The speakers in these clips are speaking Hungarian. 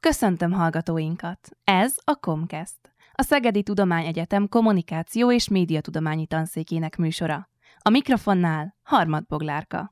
Köszöntöm hallgatóinkat! Ez a Comcast, a Szegedi Tudományegyetem kommunikáció és médiatudományi tanszékének műsora. A mikrofonnál Harmad Boglárka.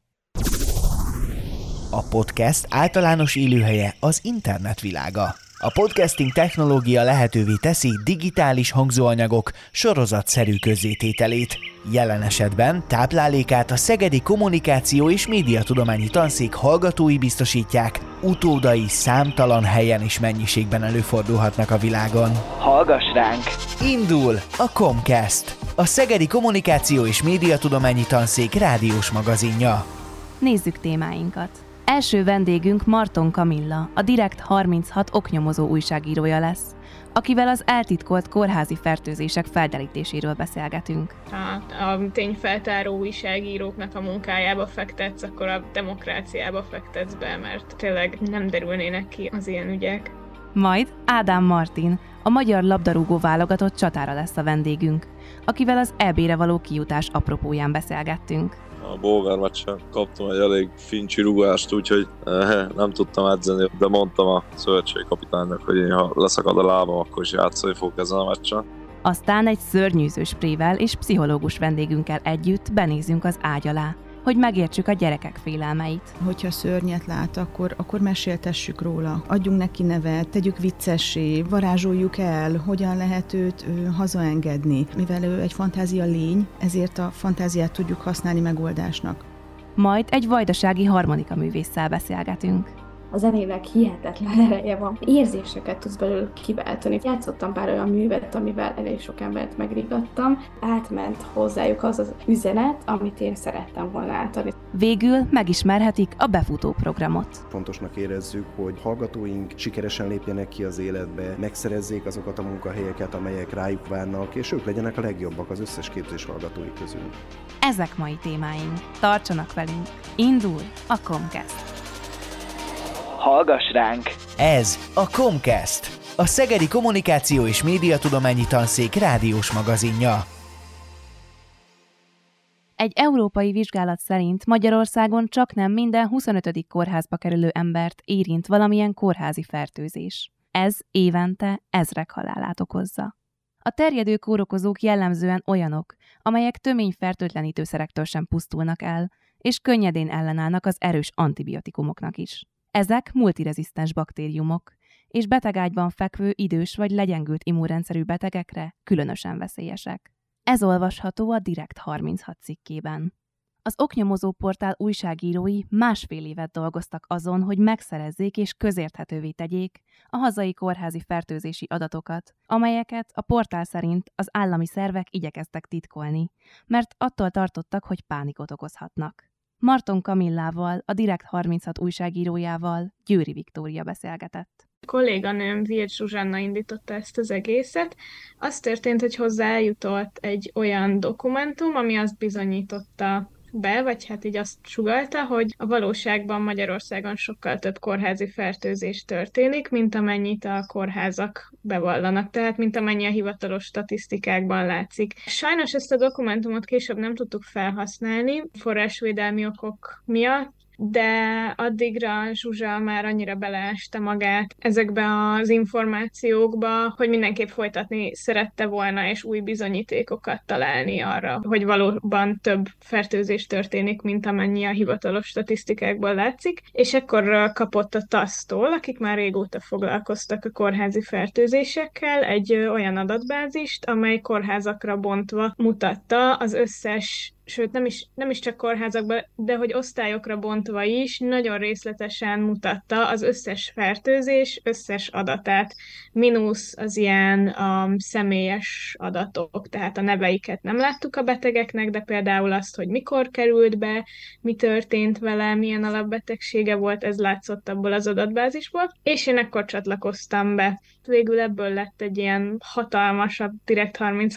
A podcast általános élőhelye az internet világa. A podcasting technológia lehetővé teszi digitális hangzóanyagok sorozatszerű közzétételét. Jelen esetben táplálékát a Szegedi Kommunikáció és Médiatudományi Tanszék hallgatói biztosítják, utódai számtalan helyen és mennyiségben előfordulhatnak a világon. Hallgass ránk! Indul a Comcast, a Szegedi Kommunikáció és Médiatudományi Tanszék rádiós magazinja. Nézzük témáinkat. Első vendégünk Marton Kamilla, a Direkt36 oknyomozó újságírója lesz, akivel az eltitkolt kórházi fertőzések felderítéséről beszélgetünk. Ha a tényfeltáró újságíróknak a munkájába fektetsz, akkor a demokráciába fektetsz be, mert tényleg nem derülnének ki az ilyen ügyek. Majd Ádám Martin, a magyar labdarúgó válogatott csatára lesz a vendégünk, akivel az EB-re való kijutás apropóján beszélgettünk. A bolgár meccsen kaptam egy elég fincsi rugást, úgyhogy nem tudtam edzeni, de mondtam a szövetségkapitánynak, hogy én, ha leszakad a lábam, akkor is játszani fogok ezen a meccsen. Aztán egy szörnyűző sprével és pszichológus vendégünkkel együtt benézünk az ágy alá, hogy megértsük a gyerekek félelmeit. Hogyha szörnyet lát, akkor meséltessük róla. Adjunk neki nevet, tegyük viccessé, varázsoljuk el, hogyan lehet őt hazaengedni. Mivel ő egy fantázia lény, ezért a fantáziát tudjuk használni megoldásnak. Majd egy vajdasági harmonika művésszel beszélgetünk. A zenének hihetetlen ereje van. Érzéseket tudsz belőle kiváltani. Játszottam pár olyan művet, amivel elég sok embert megrigattam. Átment hozzájuk az az üzenet, amit én szerettem volna átadni. Végül megismerhetik a befutó programot. Fontosnak érezzük, hogy hallgatóink sikeresen lépjenek ki az életbe, megszerezzék azokat a munkahelyeket, amelyek rájuk várnak, és ők legyenek a legjobbak az összes képzés hallgatói közül. Ezek mai témáink. Tartsanak velünk! Indul a Comcast! Hallgass ránk! Ez a Comcast, a Szegedi Kommunikáció és Médiatudományi Tanszék rádiós magazinja. Egy európai vizsgálat szerint Magyarországon csaknem minden 25. kórházba kerülő embert érint valamilyen kórházi fertőzés. Ez évente ezrek halálát okozza. A terjedő kórokozók jellemzően olyanok, amelyek töményfertőtlenítőszerektől sem pusztulnak el, és könnyedén ellenállnak az erős antibiotikumoknak is. Ezek multirezisztens baktériumok, és betegágyban fekvő idős vagy legyengült immunrendszerű betegekre különösen veszélyesek. Ez olvasható a Direkt36 cikkében. Az oknyomozó portál újságírói másfél évet dolgoztak azon, hogy megszerezzék és közérthetővé tegyék a hazai kórházi fertőzési adatokat, amelyeket a portál szerint az állami szervek igyekeztek titkolni, mert attól tartottak, hogy pánikot okozhatnak. Marton Kamillával, a Direkt36 újságírójával Győri Viktória beszélgetett. A kolléganőm Vircs Zsuzsanna indította ezt az egészet. Az történt, hogy hozzá eljutott egy olyan dokumentum, ami azt bizonyította be, vagy hát így azt sugallta, hogy a valóságban Magyarországon sokkal több kórházi fertőzés történik, mint amennyit a kórházak bevallanak, tehát mint amennyi a hivatalos statisztikákban látszik. Sajnos ezt a dokumentumot később nem tudtuk felhasználni forrásvédelmi okok miatt, de addigra Zsuzsa már annyira beleásta magát ezekbe az információkba, hogy mindenképp folytatni szerette volna, és új bizonyítékokat találni arra, hogy valóban több fertőzés történik, mint amennyi a hivatalos statisztikákból látszik, és ekkor kapott a TASZ-tól, akik már régóta foglalkoztak a kórházi fertőzésekkel, egy olyan adatbázist, amely kórházakra bontva mutatta az összes, sőt nem is csak kórházakban, de hogy osztályokra bontva is nagyon részletesen mutatta az összes fertőzés összes adatát, mínusz az ilyen személyes adatok, tehát a neveiket nem láttuk a betegeknek, de például azt, hogy mikor került be, mi történt vele, milyen alapbetegsége volt, ez látszott abból az adatbázisból, és én ekkor csatlakoztam be. Végül ebből lett egy ilyen hatalmasabb Direkt36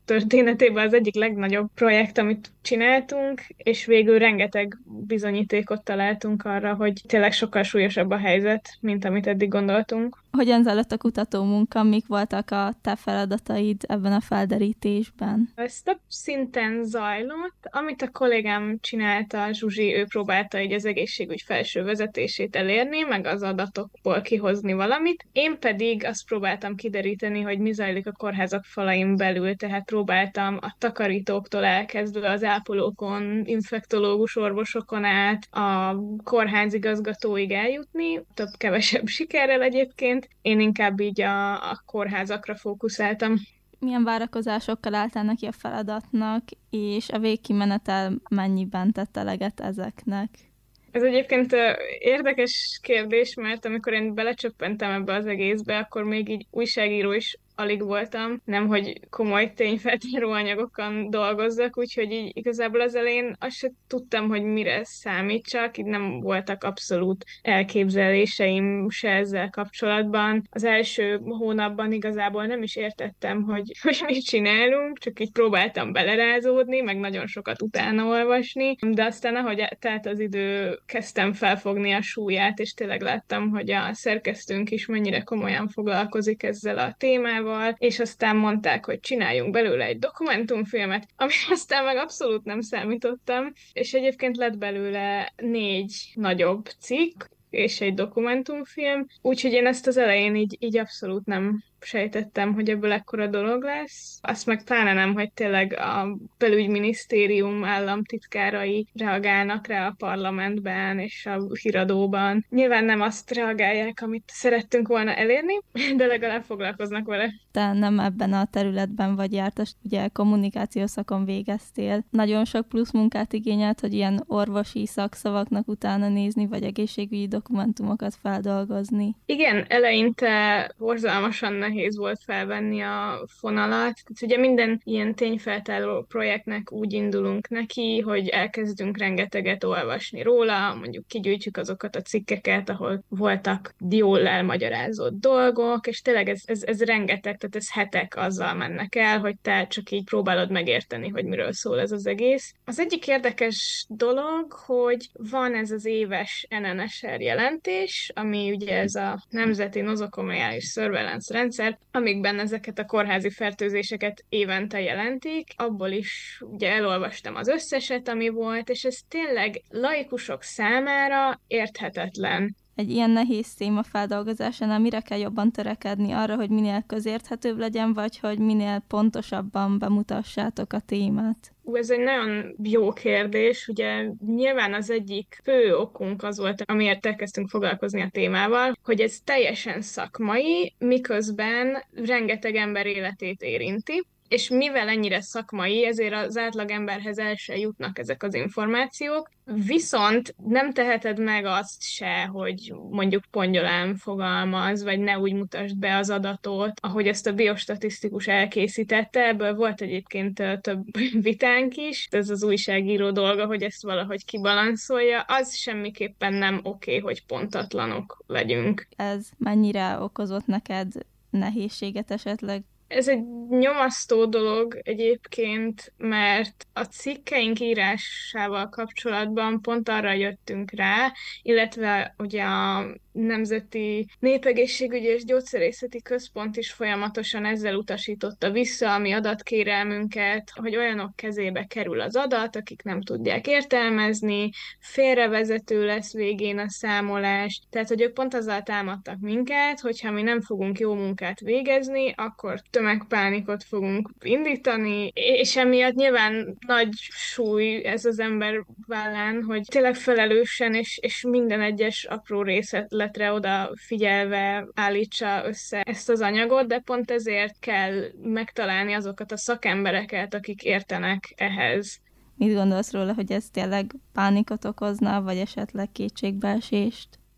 történetében az egyik legnagyobb projekt, amit csináltunk, és végül rengeteg bizonyítékot találtunk arra, hogy tényleg sokkal súlyosabb a helyzet, mint amit eddig gondoltunk. Hogyan zajlott a kutatómunka, mik voltak a te feladataid ebben a felderítésben? Ez több szinten zajlott. Amit a kollégám csinálta, Zsuzsi, ő próbálta így az egészségügy felső vezetését elérni, meg az adatokból kihozni valamit. Én pedig azt próbáltam kideríteni, hogy mi zajlik a kórházak falain belül, tehát próbáltam a takarítóktól elkezdve az ápolókon, infektológus orvosokon át a kórházigazgatóig eljutni, több-kevesebb sikerrel egyébként. Én inkább így a kórházakra fókuszáltam. Milyen várakozásokkal álltál neki a feladatnak, és a végkimenetel mennyiben tett eleget ezeknek? Ez egyébként érdekes kérdés, mert amikor én belecsöppentem ebbe az egészbe, akkor még így újságíró is alig voltam, nemhogy komoly tényfeltáró anyagokon dolgozzak, úgyhogy így igazából az elején azt sem tudtam, hogy mire számítsak, így nem voltak abszolút elképzeléseim se ezzel kapcsolatban. Az első hónapban igazából nem is értettem, hogy mit csinálunk, csak így próbáltam belerázódni, meg nagyon sokat utána olvasni, de aztán ahogy telt az idő, kezdtem felfogni a súlyát, és tényleg láttam, hogy a szerkesztőnk is mennyire komolyan foglalkozik ezzel a témával, és aztán mondták, hogy csináljunk belőle egy dokumentumfilmet, ami aztán meg abszolút nem számítottam, és egyébként lett belőle 4 nagyobb cikk, és egy dokumentumfilm, úgyhogy én ezt az elején így abszolút nem sejtettem, hogy ebből ekkora dolog lesz. Azt meg pláne nem, hogy tényleg a belügyminisztérium államtitkárai reagálnak rá a parlamentben és a híradóban. Nyilván nem azt reagálják, amit szerettünk volna elérni, de legalább foglalkoznak vele. Te nem ebben a területben vagy jártas, ugye kommunikációs szakon végeztél. Nagyon sok plusz munkát igényelt, hogy ilyen orvosi szakszavaknak utána nézni, vagy egészségügyi dokumentumokat feldolgozni. Igen, eleinte borzalmasan nehéz volt felvenni a fonalat. Tehát ugye minden ilyen tényfeltáró projektnek úgy indulunk neki, hogy elkezdünk rengeteget olvasni róla, mondjuk kigyűjtjük azokat a cikkeket, ahol voltak jól elmagyarázott dolgok, és tényleg ez rengeteg, tehát ez hetek azzal mennek el, hogy te csak így próbálod megérteni, hogy miről szól ez az egész. Az egyik érdekes dolog, hogy van ez az éves NNSR jelentés, ami ugye ez a Nemzeti Nozokomiális Surveillance rendszer, amikben ezeket a kórházi fertőzéseket évente jelentik. Abból is ugye elolvastam az összeset, ami volt, és ez tényleg laikusok számára érthetetlen. Egy ilyen nehéz téma feldolgozásánál mire kell jobban törekedni? Arra, hogy minél közérthetőbb legyen, vagy hogy minél pontosabban bemutassátok a témát? Ez egy nagyon jó kérdés. Ugye nyilván az egyik fő okunk az volt, amiért elkezdtünk foglalkozni a témával, hogy ez teljesen szakmai, miközben rengeteg ember életét érinti. És mivel ennyire szakmai, ezért az átlagemberhez el se jutnak ezek az információk, viszont nem teheted meg azt se, hogy mondjuk pongyolán fogalmaz, vagy ne úgy mutasd be az adatot, ahogy ezt a biostatisztikus elkészítette. Ebből volt egyébként több vitánk is. Ez az újságíró dolga, hogy ezt valahogy kibalanszolja. Az semmiképpen nem oké, hogy pontatlanok legyünk. Ez mennyire okozott neked nehézséget esetleg? Ez egy nyomasztó dolog egyébként, mert a cikkeink írásával kapcsolatban pont arra jöttünk rá, illetve ugye a Nemzeti Népegészségügyi és Gyógyszerészeti Központ is folyamatosan ezzel utasította vissza a mi adatkérelmünket, hogy olyanok kezébe kerül az adat, akik nem tudják értelmezni, félrevezető lesz végén a számolás, tehát hogy ők pont azzal támadtak minket, hogyha mi nem fogunk jó munkát végezni, akkor tömegpánikot fogunk indítani, és emiatt nyilván nagy súly ez az ember vállán, hogy tényleg felelősen és minden egyes apró részletre oda figyelve állítsa össze ezt az anyagot, de pont ezért kell megtalálni azokat a szakembereket, akik értenek ehhez. Mit gondolsz róla, hogy ez tényleg pánikot okozna, vagy esetleg kétségbeesést?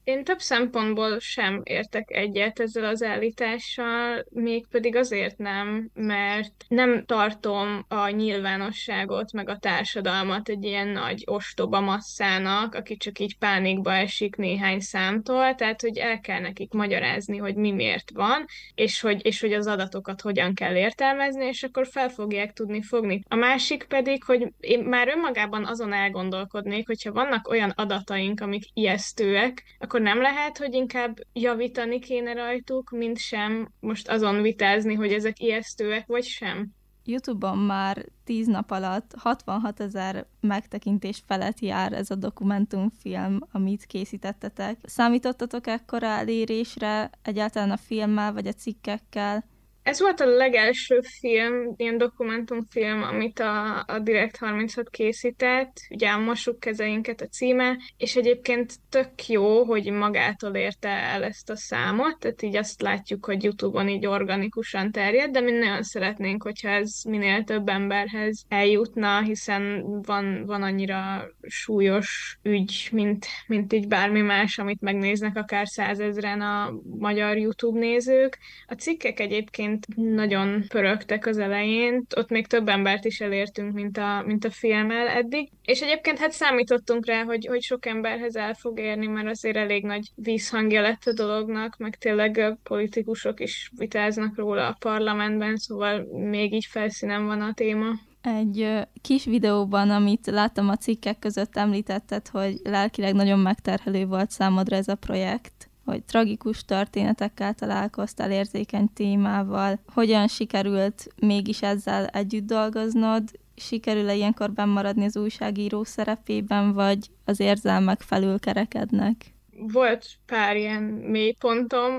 Én több szempontból sem értek egyet ezzel az állítással, mégpedig azért nem, mert nem tartom a nyilvánosságot, meg a társadalmat egy ilyen nagy ostoba masszának, aki csak így pánikba esik néhány számtól, tehát hogy el kell nekik magyarázni, hogy mi miért van, és hogy az adatokat hogyan kell értelmezni, és akkor fel fogják tudni fogni. A másik pedig, hogy én már önmagában azon elgondolkodnék, hogyha vannak olyan adataink, amik ijesztőek, akkor nem lehet, hogy inkább javítani kéne rajtuk, mint sem most azon vitázni, hogy ezek ijesztőek, vagy sem. YouTube-on már 10 nap alatt 66 000 megtekintés felett jár ez a dokumentumfilm, amit készítettetek. Számítottatok ekkora elérésre egyáltalán a filmmel vagy a cikkekkel? Ez volt a legelső film, ilyen dokumentumfilm, amit a Direkt 36 készített, ugye a Mossuk kezeinket a címe, és egyébként tök jó, hogy magától érte el ezt a számot, tehát így azt látjuk, hogy YouTube-on így organikusan terjed, de mi nagyon szeretnénk, hogyha ez minél több emberhez eljutna, hiszen van annyira súlyos ügy, mint így bármi más, amit megnéznek akár 100 000-en a magyar YouTube nézők. A cikkek egyébként nagyon pörögtek az elején, ott még több embert is elértünk, mint a filmmel eddig, és egyébként hát számítottunk rá, hogy sok emberhez el fog érni, mert azért elég nagy vízhangja lett a dolognak, meg tényleg politikusok is vitáznak róla a parlamentben, szóval még így felszínen van a téma. Egy kis videóban, amit láttam a cikkek között, említetted, hogy lelkileg nagyon megterhelő volt számodra ez a projekt, hogy tragikus történetekkel találkoztál, érzékeny témával. Hogyan sikerült mégis ezzel együtt dolgoznod? Sikerül-e ilyenkor bennmaradni az újságíró szerepében, vagy az érzelmek felül kerekednek? Volt pár ilyen mélypontom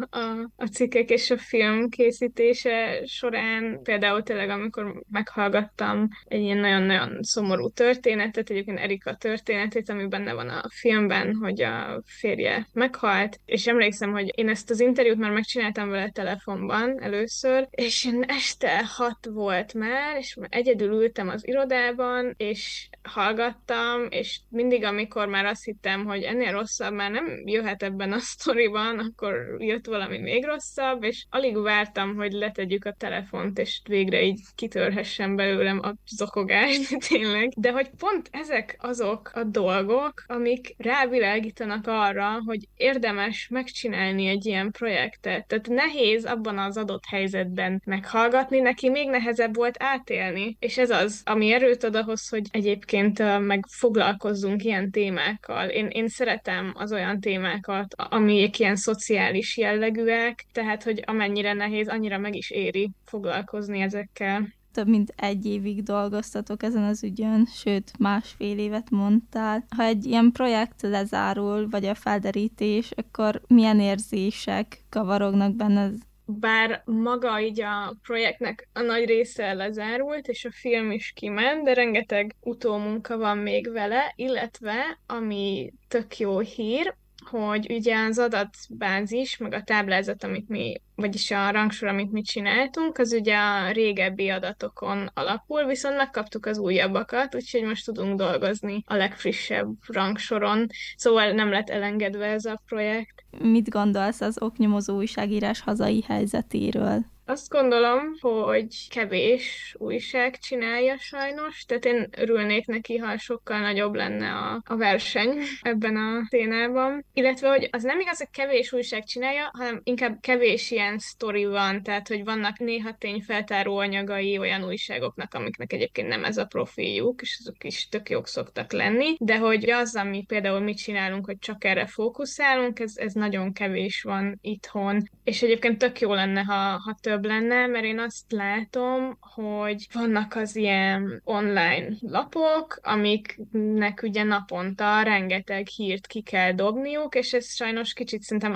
a cikkek és a film készítése során, például tényleg, amikor meghallgattam egy ilyen nagyon-nagyon szomorú történetet, egyébként Erika történetét, ami benne van a filmben, hogy a férje meghalt, és emlékszem, hogy én ezt az interjút már megcsináltam vele telefonban először, és én este 6 volt már, és egyedül ültem az irodában, és hallgattam, és mindig, amikor már azt hittem, hogy ennél rosszabb már nem jöhet ebben a sztoriban, akkor jött valami még rosszabb, és alig vártam, hogy letegyük a telefont, és végre így kitörhessen belőlem a zokogás, tényleg. De hogy pont ezek azok a dolgok, amik rávilágítanak arra, hogy érdemes megcsinálni egy ilyen projektet. Tehát nehéz abban az adott helyzetben meghallgatni, neki még nehezebb volt átélni, és ez az, ami erőt ad ahhoz, hogy egyébként meg foglalkozzunk ilyen témákkal. Én szeretem az olyan témákat, amik ilyen szociális jellegűek, tehát, hogy amennyire nehéz, annyira meg is éri foglalkozni ezekkel. Több mint 1 évig dolgoztatok ezen az ügyön, sőt, 1,5 évet mondtál. Ha egy ilyen projekt lezárul, vagy a felderítés, akkor milyen érzések kavarognak benne? Bár maga így a projektnek a nagy része lezárult, és a film is kiment, de rengeteg utómunka van még vele, illetve, ami tök jó hír, hogy ugye az adatbázis, meg a táblázat, vagyis a rangsor, amit mi csináltunk, az ugye a régebbi adatokon alapul, viszont megkaptuk az újabbakat, úgyhogy most tudunk dolgozni a legfrissebb rangsoron, szóval nem lett elengedve ez a projekt. Mit gondolsz az oknyomozó újságírás hazai helyzetéről? Azt gondolom, hogy kevés újság csinálja sajnos, tehát én örülnék neki, ha sokkal nagyobb lenne a verseny ebben a témában. Illetve, hogy az nem igaz, hogy kevés újság csinálja, hanem inkább kevés ilyen sztori van, tehát, hogy vannak néha tényfeltáró anyagai olyan újságoknak, amiknek egyébként nem ez a profiljuk, és azok is tök jók szoktak lenni, de hogy az, ami például mit csinálunk, hogy csak erre fókuszálunk, ez nagyon kevés van itthon. És egyébként tök jó lenne, ha több lenne, mert én azt látom, hogy vannak az ilyen online lapok, amiknek ugye naponta rengeteg hírt ki kell dobniuk, és ez sajnos kicsit szerintem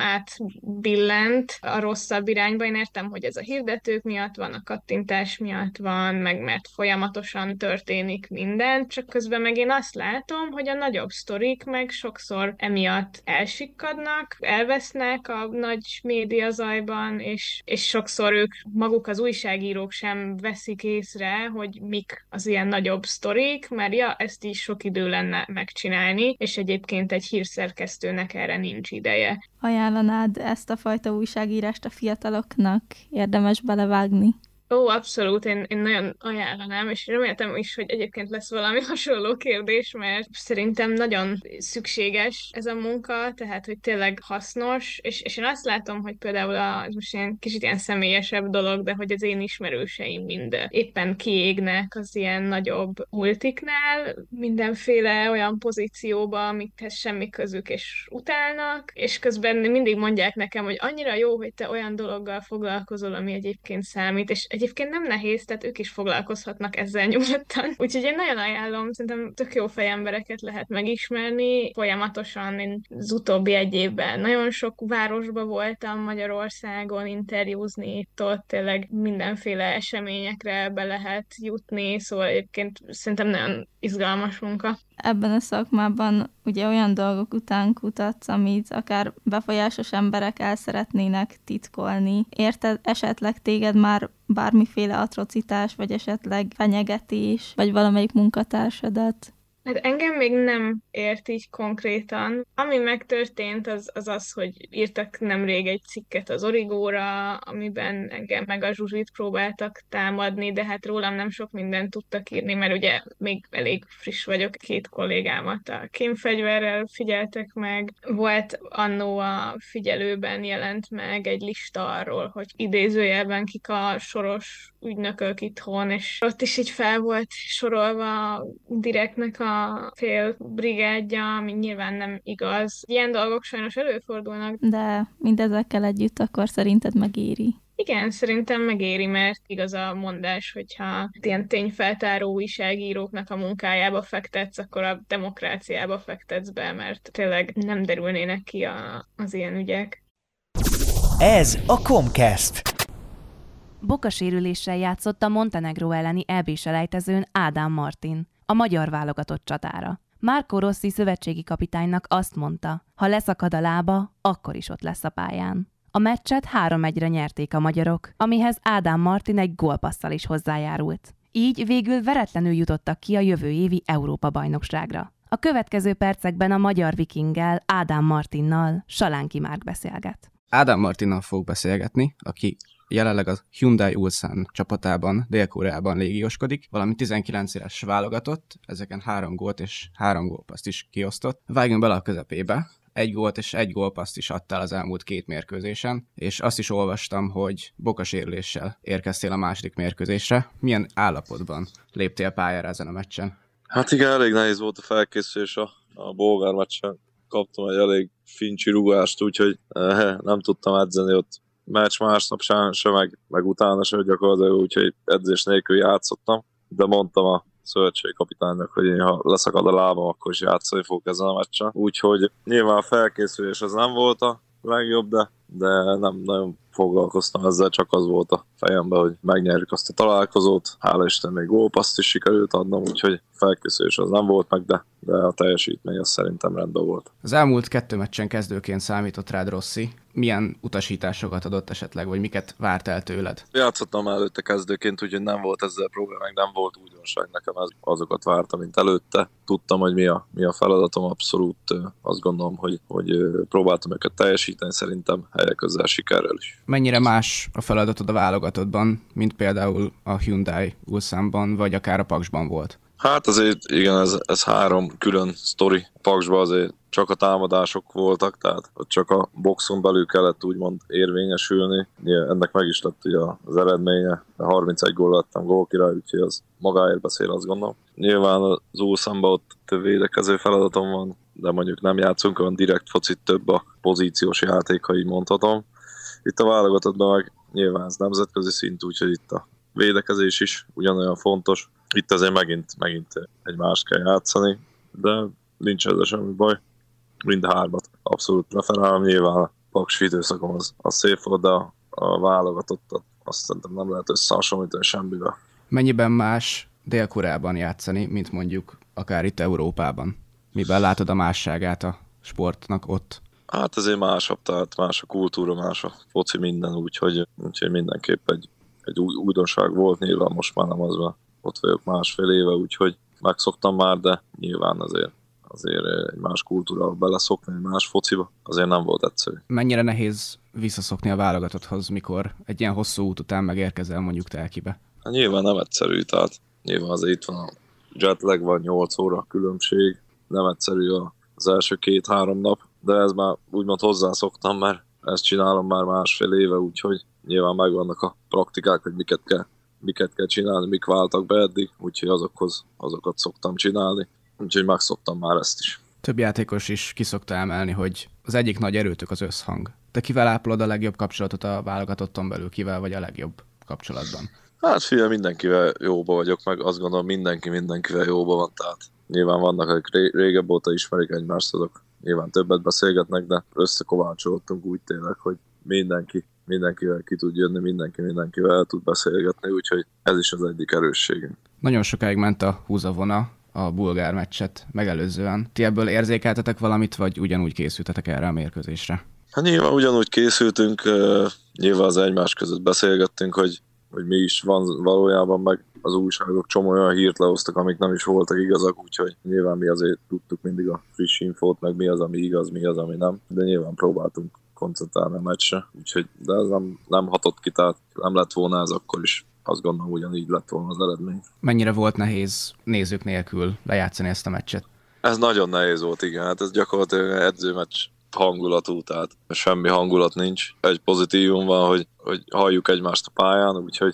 átbillent a rosszabb irányba. Én értem, hogy ez a hirdetők miatt van, a kattintás miatt van, meg mert folyamatosan történik minden, csak közben meg én azt látom, hogy a nagyobb sztorik meg sokszor emiatt elsikkadnak, elvesznek a nagy médiazajban, és sokszor ők mondjuk maguk az újságírók sem veszik észre, hogy mik az ilyen nagyobb sztorik, mert ja, ezt is sok idő lenne megcsinálni, és egyébként egy hírszerkesztőnek erre nincs ideje. Ajánlanád ezt a fajta újságírást a fiataloknak? Érdemes belevágni? Ó, abszolút, én nagyon ajánlanám, és reméltem is, hogy egyébként lesz valami hasonló kérdés, mert szerintem nagyon szükséges ez a munka, tehát, hogy tényleg hasznos, és én azt látom, hogy például ez most ilyen kicsit ilyen személyesebb dolog, de hogy az én ismerőseim mind éppen kiégnek az ilyen nagyobb multiknál, mindenféle olyan pozícióba, amikhez semmi közük, és utálnak, és közben mindig mondják nekem, hogy annyira jó, hogy te olyan dologgal foglalkozol, ami egyébként számít, és egyébként nem nehéz, tehát ők is foglalkozhatnak ezzel nyugodtan. Úgyhogy én nagyon ajánlom, szerintem tök jó fejembereket lehet megismerni. Folyamatosan én az utóbbi egy évben nagyon sok városba voltam Magyarországon interjúzni, itt-ott tényleg mindenféle eseményekre be lehet jutni, szóval egyébként szerintem nagyon izgalmas munka. Ebben a szakmában ugye olyan dolgok után kutatsz, amit akár befolyásos emberek el szeretnének titkolni. Érted esetleg téged már bármiféle atrocitás, vagy esetleg fenyegetés, vagy valamelyik munkatársadat? Hát engem még nem ért így konkrétan. Ami megtörtént, az, hogy írtak nemrég egy cikket az Origóra, amiben engem meg a Zsuzsit próbáltak támadni, de hát rólam nem sok mindent tudtak írni, mert ugye még elég friss vagyok, 2 kollégámat a kémfegyverrel figyeltek meg. Volt annó a Figyelőben jelent meg egy lista arról, hogy idézőjelben kik a soros ügynökök itthon, és ott is így fel volt sorolva a direktnek a fél brigádja, ami nyilván nem igaz. Ilyen dolgok sajnos előfordulnak. De mindezekkel együtt akkor szerinted megéri? Igen, szerintem megéri, mert igaz a mondás, hogyha ilyen tényfeltáró újságíróknak a munkájába fektetsz, akkor a demokráciába fektetsz be, mert tényleg nem derülnének ki az ilyen ügyek. Ez a Comcast. Bokasérüléssel játszott a Montenegró elleni EB-selejtezőn Ádám Martin, a magyar válogatott csatára. Marco Rossi szövetségi kapitánynak azt mondta, ha leszakad a lába, akkor is ott lesz a pályán. A meccset 3-1-re nyerték a magyarok, amihez Ádám Martin egy gólpasszal is hozzájárult. Így végül veretlenül jutottak ki a jövő évi Európa-bajnokságra. A következő percekben a magyar vikinggel, Ádám Martinnal Salánki Márk beszélget. Ádám Martinnal fog beszélgetni, aki jelenleg a Hyundai Ulsan csapatában, Dél-Koreában légióskodik, valami 19 éves válogatott, ezeken 3 gólt és 3 gólpasszt is kiosztott. Vágjunk bele a közepébe. 1 gólt és 1 gólpasszt is adtál az elmúlt 2 mérkőzésen, és azt is olvastam, hogy bokasérüléssel érkeztél a második mérkőzésre. Milyen állapotban léptél pályára ezen a meccsen? Hát igen, elég nehéz volt a felkészülés a bolgár meccsen. Kaptam egy elég fincsi rugást, úgyhogy nem tudtam edzeni ott meccs másnap sem, meg utána sem gyakorlatilag, úgyhogy edzés nélkül játszottam, de mondtam a szövetségi kapitánynak, hogy én, ha leszakad a lábam, akkor is játszani fogok ezen a meccsen. Úgyhogy nyilván a felkészülés az nem volt a legjobb, de nem nagyon foglalkoztam ezzel, csak az volt a fejemben, hogy megnyerjük azt a találkozót. Hála Isten, még gólpasszt is sikerült adnom, úgyhogy felkészülés az nem volt meg, de a teljesítmény az szerintem rendben volt. Az elmúlt 2 meccsen kezdőként számított rád Rossi. Milyen utasításokat adott esetleg, vagy miket várt el tőled? Játszottam előtte kezdőként, úgyhogy nem volt ezzel probléma, meg nem volt újdonság nekem, azokat vártam, mint előtte. Tudtam, hogy mi a feladatom, abszolút azt gondolom, hogy próbáltam őket teljesíteni, szerintem helyek közel sikerrel is. Mennyire más a feladatod a válogatottban, mint például a Hyundai Ulsanban, vagy akár a Paksban volt? Hát azért igen, ez 3 külön sztori. Paksban azért csak a támadások voltak, tehát csak a boxon belül kellett úgymond érvényesülni. Ennek meg is lett ugye az eredménye. 31 gól lettem gólkirály, úgyhogy az magáért beszél, azt gondolom. Nyilván az Ulsanban ott több védekező feladatom van, de mondjuk nem játszunk olyan direkt focit, több a pozíciós játék, ha így mondhatom. Itt a válogatottban meg nyilván ez nemzetközi szint, úgyhogy itt a védekezés is ugyanolyan fontos. Itt azért megint egy mást kell játszani, de nincs ezzel semmi baj. Mind 3-at abszolút preferálom. Nyilván a paksi időszakom az szép volt, de a válogatottat azt szerintem nem lehet összehasonlítani semmivel. Mennyiben más Dél-Koreában játszani, mint mondjuk akár itt Európában? Miben látod a másságát a sportnak ott? Hát ezért másabb, tehát más a kultúra, más a foci, minden, úgyhogy mindenképp egy újdonság volt, nyilván most már nem az van. Ott vagyok másfél éve, úgyhogy megszoktam már, de nyilván azért egy más kultúrába beleszokni, egy más fociba, azért nem volt egyszerű. Mennyire nehéz visszaszokni a válogatotthoz, mikor egy ilyen hosszú út után megérkezel mondjuk Telkibe? Hát nyilván nem egyszerű, tehát nyilván azért itt van a jetlag, van 8 óra különbség, nem egyszerű az első 2-3 nap, de ez már úgymond hozzászoktam, mert ezt csinálom már másfél éve, úgyhogy nyilván megvannak a praktikák, hogy miket kell csinálni, mik váltak be eddig, úgyhogy azokat szoktam csinálni, úgyhogy megszoktam már ezt is. Több játékos is ki szokta emelni, hogy az egyik nagy erőtök az összhang. Te kivel ápolod a legjobb kapcsolatot a válogatotton belül, kivel vagy a legjobb kapcsolatban? Hát figyelj, mindenkivel jóba vagyok, meg azt gondolom mindenkivel jóba van, tehát nyilván vannak, akik régebb óta ismerik egymást, azok nyilván többet beszélgetnek, de összekovácsolódtunk úgy tényleg, hogy mindenkivel ki tud jönni, mindenkivel el tud beszélgetni, úgyhogy ez is az egyik erősségünk. Nagyon sokáig ment a húzavona a bulgár meccset megelőzően. Ti ebből érzékeltetek valamit, vagy ugyanúgy készültetek erre a mérkőzésre? Hát nyilván ugyanúgy készültünk, nyilván az egymás között beszélgettünk, hogy mi is van valójában, meg az újságok csomó olyan hírt lehoztak, amik nem is voltak igazak, úgyhogy nyilván mi azért tudtuk mindig a friss infót, meg mi az, ami igaz, mi az, ami nem, de nyilván próbáltunk koncentrálni a meccsre, úgyhogy de ez nem hatott ki, tehát nem lett volna ez akkor is. Azt gondolom, ugyanígy lett volna az eredmény. Mennyire volt nehéz nézők nélkül lejátszani ezt a meccset? Ez nagyon nehéz volt, igen. Hát ez gyakorlatilag edzőmeccs hangulatú, tehát semmi hangulat nincs. Egy pozitívum van, hogy halljuk egymást a pályán, úgyhogy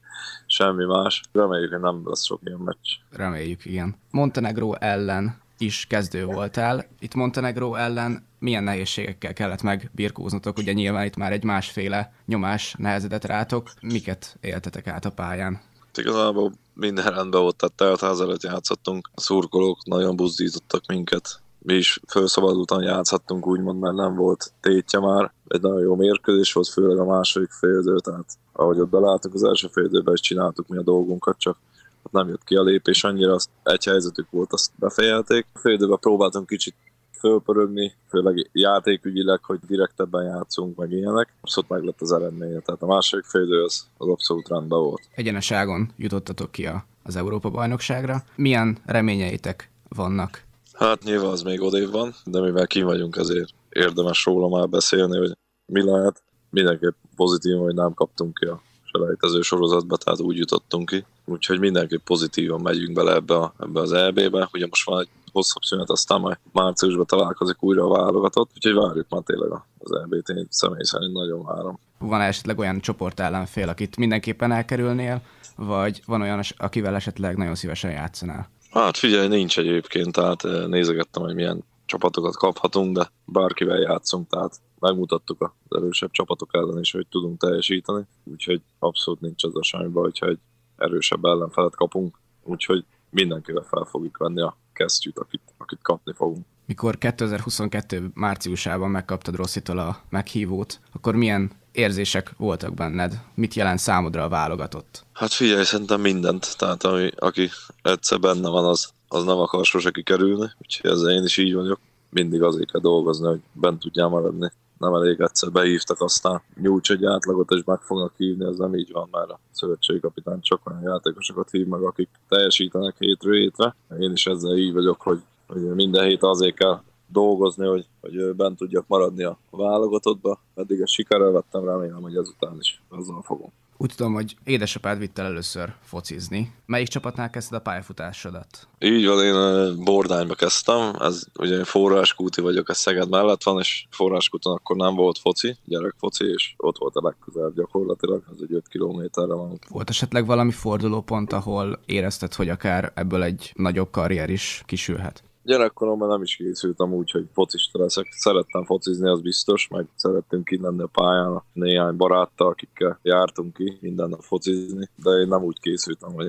semmi más. Reméljük, hogy nem lesz sok ilyen meccs. Reméljük, igen. Montenegró ellen is kezdő voltál. Itt Montenegró ellen milyen nehézségekkel kellett megbirkóznotok? Ugye nyilván itt már egy másféle nyomás nehezedett rátok. Miket éltetek át a pályán? Igazából minden rendben volt, tehát teltház előtt játszottunk. A szurkolók nagyon buzdítottak minket. Mi is felszabadultan játszhattunk, úgymond, mert nem volt tétje már. Egy nagyon jó mérkőzés volt, főleg a második félidő, tehát ahogy ott belálltunk az első félidőben, is csináltuk mi a dolgunkat, csak nem jött ki a lépés annyira, egy helyzetük volt, azt befejelték. A félidőben próbáltunk kicsit fölpörögni, főleg játékügyileg, hogy direktebben játszunk, meg ilyenek. Abszolút meg lett az eredménye, tehát a második félidő az abszolút rendben volt. Egyeneságon jutottatok ki az Európa-bajnokságra. Milyen reményeitek vannak? Hát nyilván az még odébb van, de mivel kín vagyunk, ezért érdemes róla már beszélni, hogy mi lehet. Mindenképp pozitív, hogy nem kaptunk ki a selejtező sorozatba, tehát úgy jutottunk ki. Úgyhogy mindenképp pozitívan megyünk bele ebbe az EB-be. Ugye most van egy hosszabb szünet, aztán majd márciusban találkozik újra a válogatott, úgyhogy várjuk már tényleg az EB-t, én személy szerint nagyon várom. Van esetleg olyan csoportellenfél, akit mindenképpen elkerülnél, vagy van olyan, akivel esetleg nagyon szívesen játszanál? Hát figyelj, nincs egyébként, tehát nézegettem, hogy milyen csapatokat kaphatunk, de bárkivel játszunk, tehát megmutattuk az erősebb csapatok ellen is, hogy tudunk teljesíteni, úgyhogy abszolút nincs az a semmi baj, hogyha egy erősebb ellenfelet kapunk, úgyhogy mindenkivel fel fogjuk venni a kesztyűt, akit kapni fogunk. Mikor 2022 márciusában megkaptad Rosszitól a meghívót, akkor milyen érzések voltak benned? Mit jelent számodra a válogatott? Hát figyelj, szerintem mindent. Tehát aki egyszer benne van, az nem akar sose kikerülni. Úgyhogy ezzel én is így vagyok. Mindig azért kell dolgozni, hogy bent tudjál maradni. Nem elég egyszer behívtak, aztán nyújts egy átlagot, és meg fognak hívni, ez nem így van, mert a szövetségi kapitány csak olyan játékosokat hív meg, akik teljesítenek hétről hétre. Én is ezzel így vagyok, hogy minden hét azért kell dolgozni, hogy bent tudjak maradni a válogatottba. Eddig a sikerrel vettem, remélem, hogy ezután is azzal fogom. Úgy tudom, hogy édesapád vitt el először focizni. Melyik csapatnál kezdted a pályafutásodat? Így van, én Bordányba kezdtem. Ez ugye Forráskúti vagyok, ez Szeged mellett van, és Forráskúton akkor nem volt foci, gyerekfoci, és ott volt a legközelebb gyakorlatilag, ez egy 5 kilométerre van. Volt esetleg valami fordulópont, ahol érezted, hogy akár ebből egy nagyobb karrier is kisülhet? Gyerekkoromban nem is készültem úgy, hogy focista leszek. Szerettem focizni, az biztos, meg szerettünk ki lenni a pályán néhány baráttal, akikkel jártunk ki minden nap focizni, de én nem úgy készültem, hogy én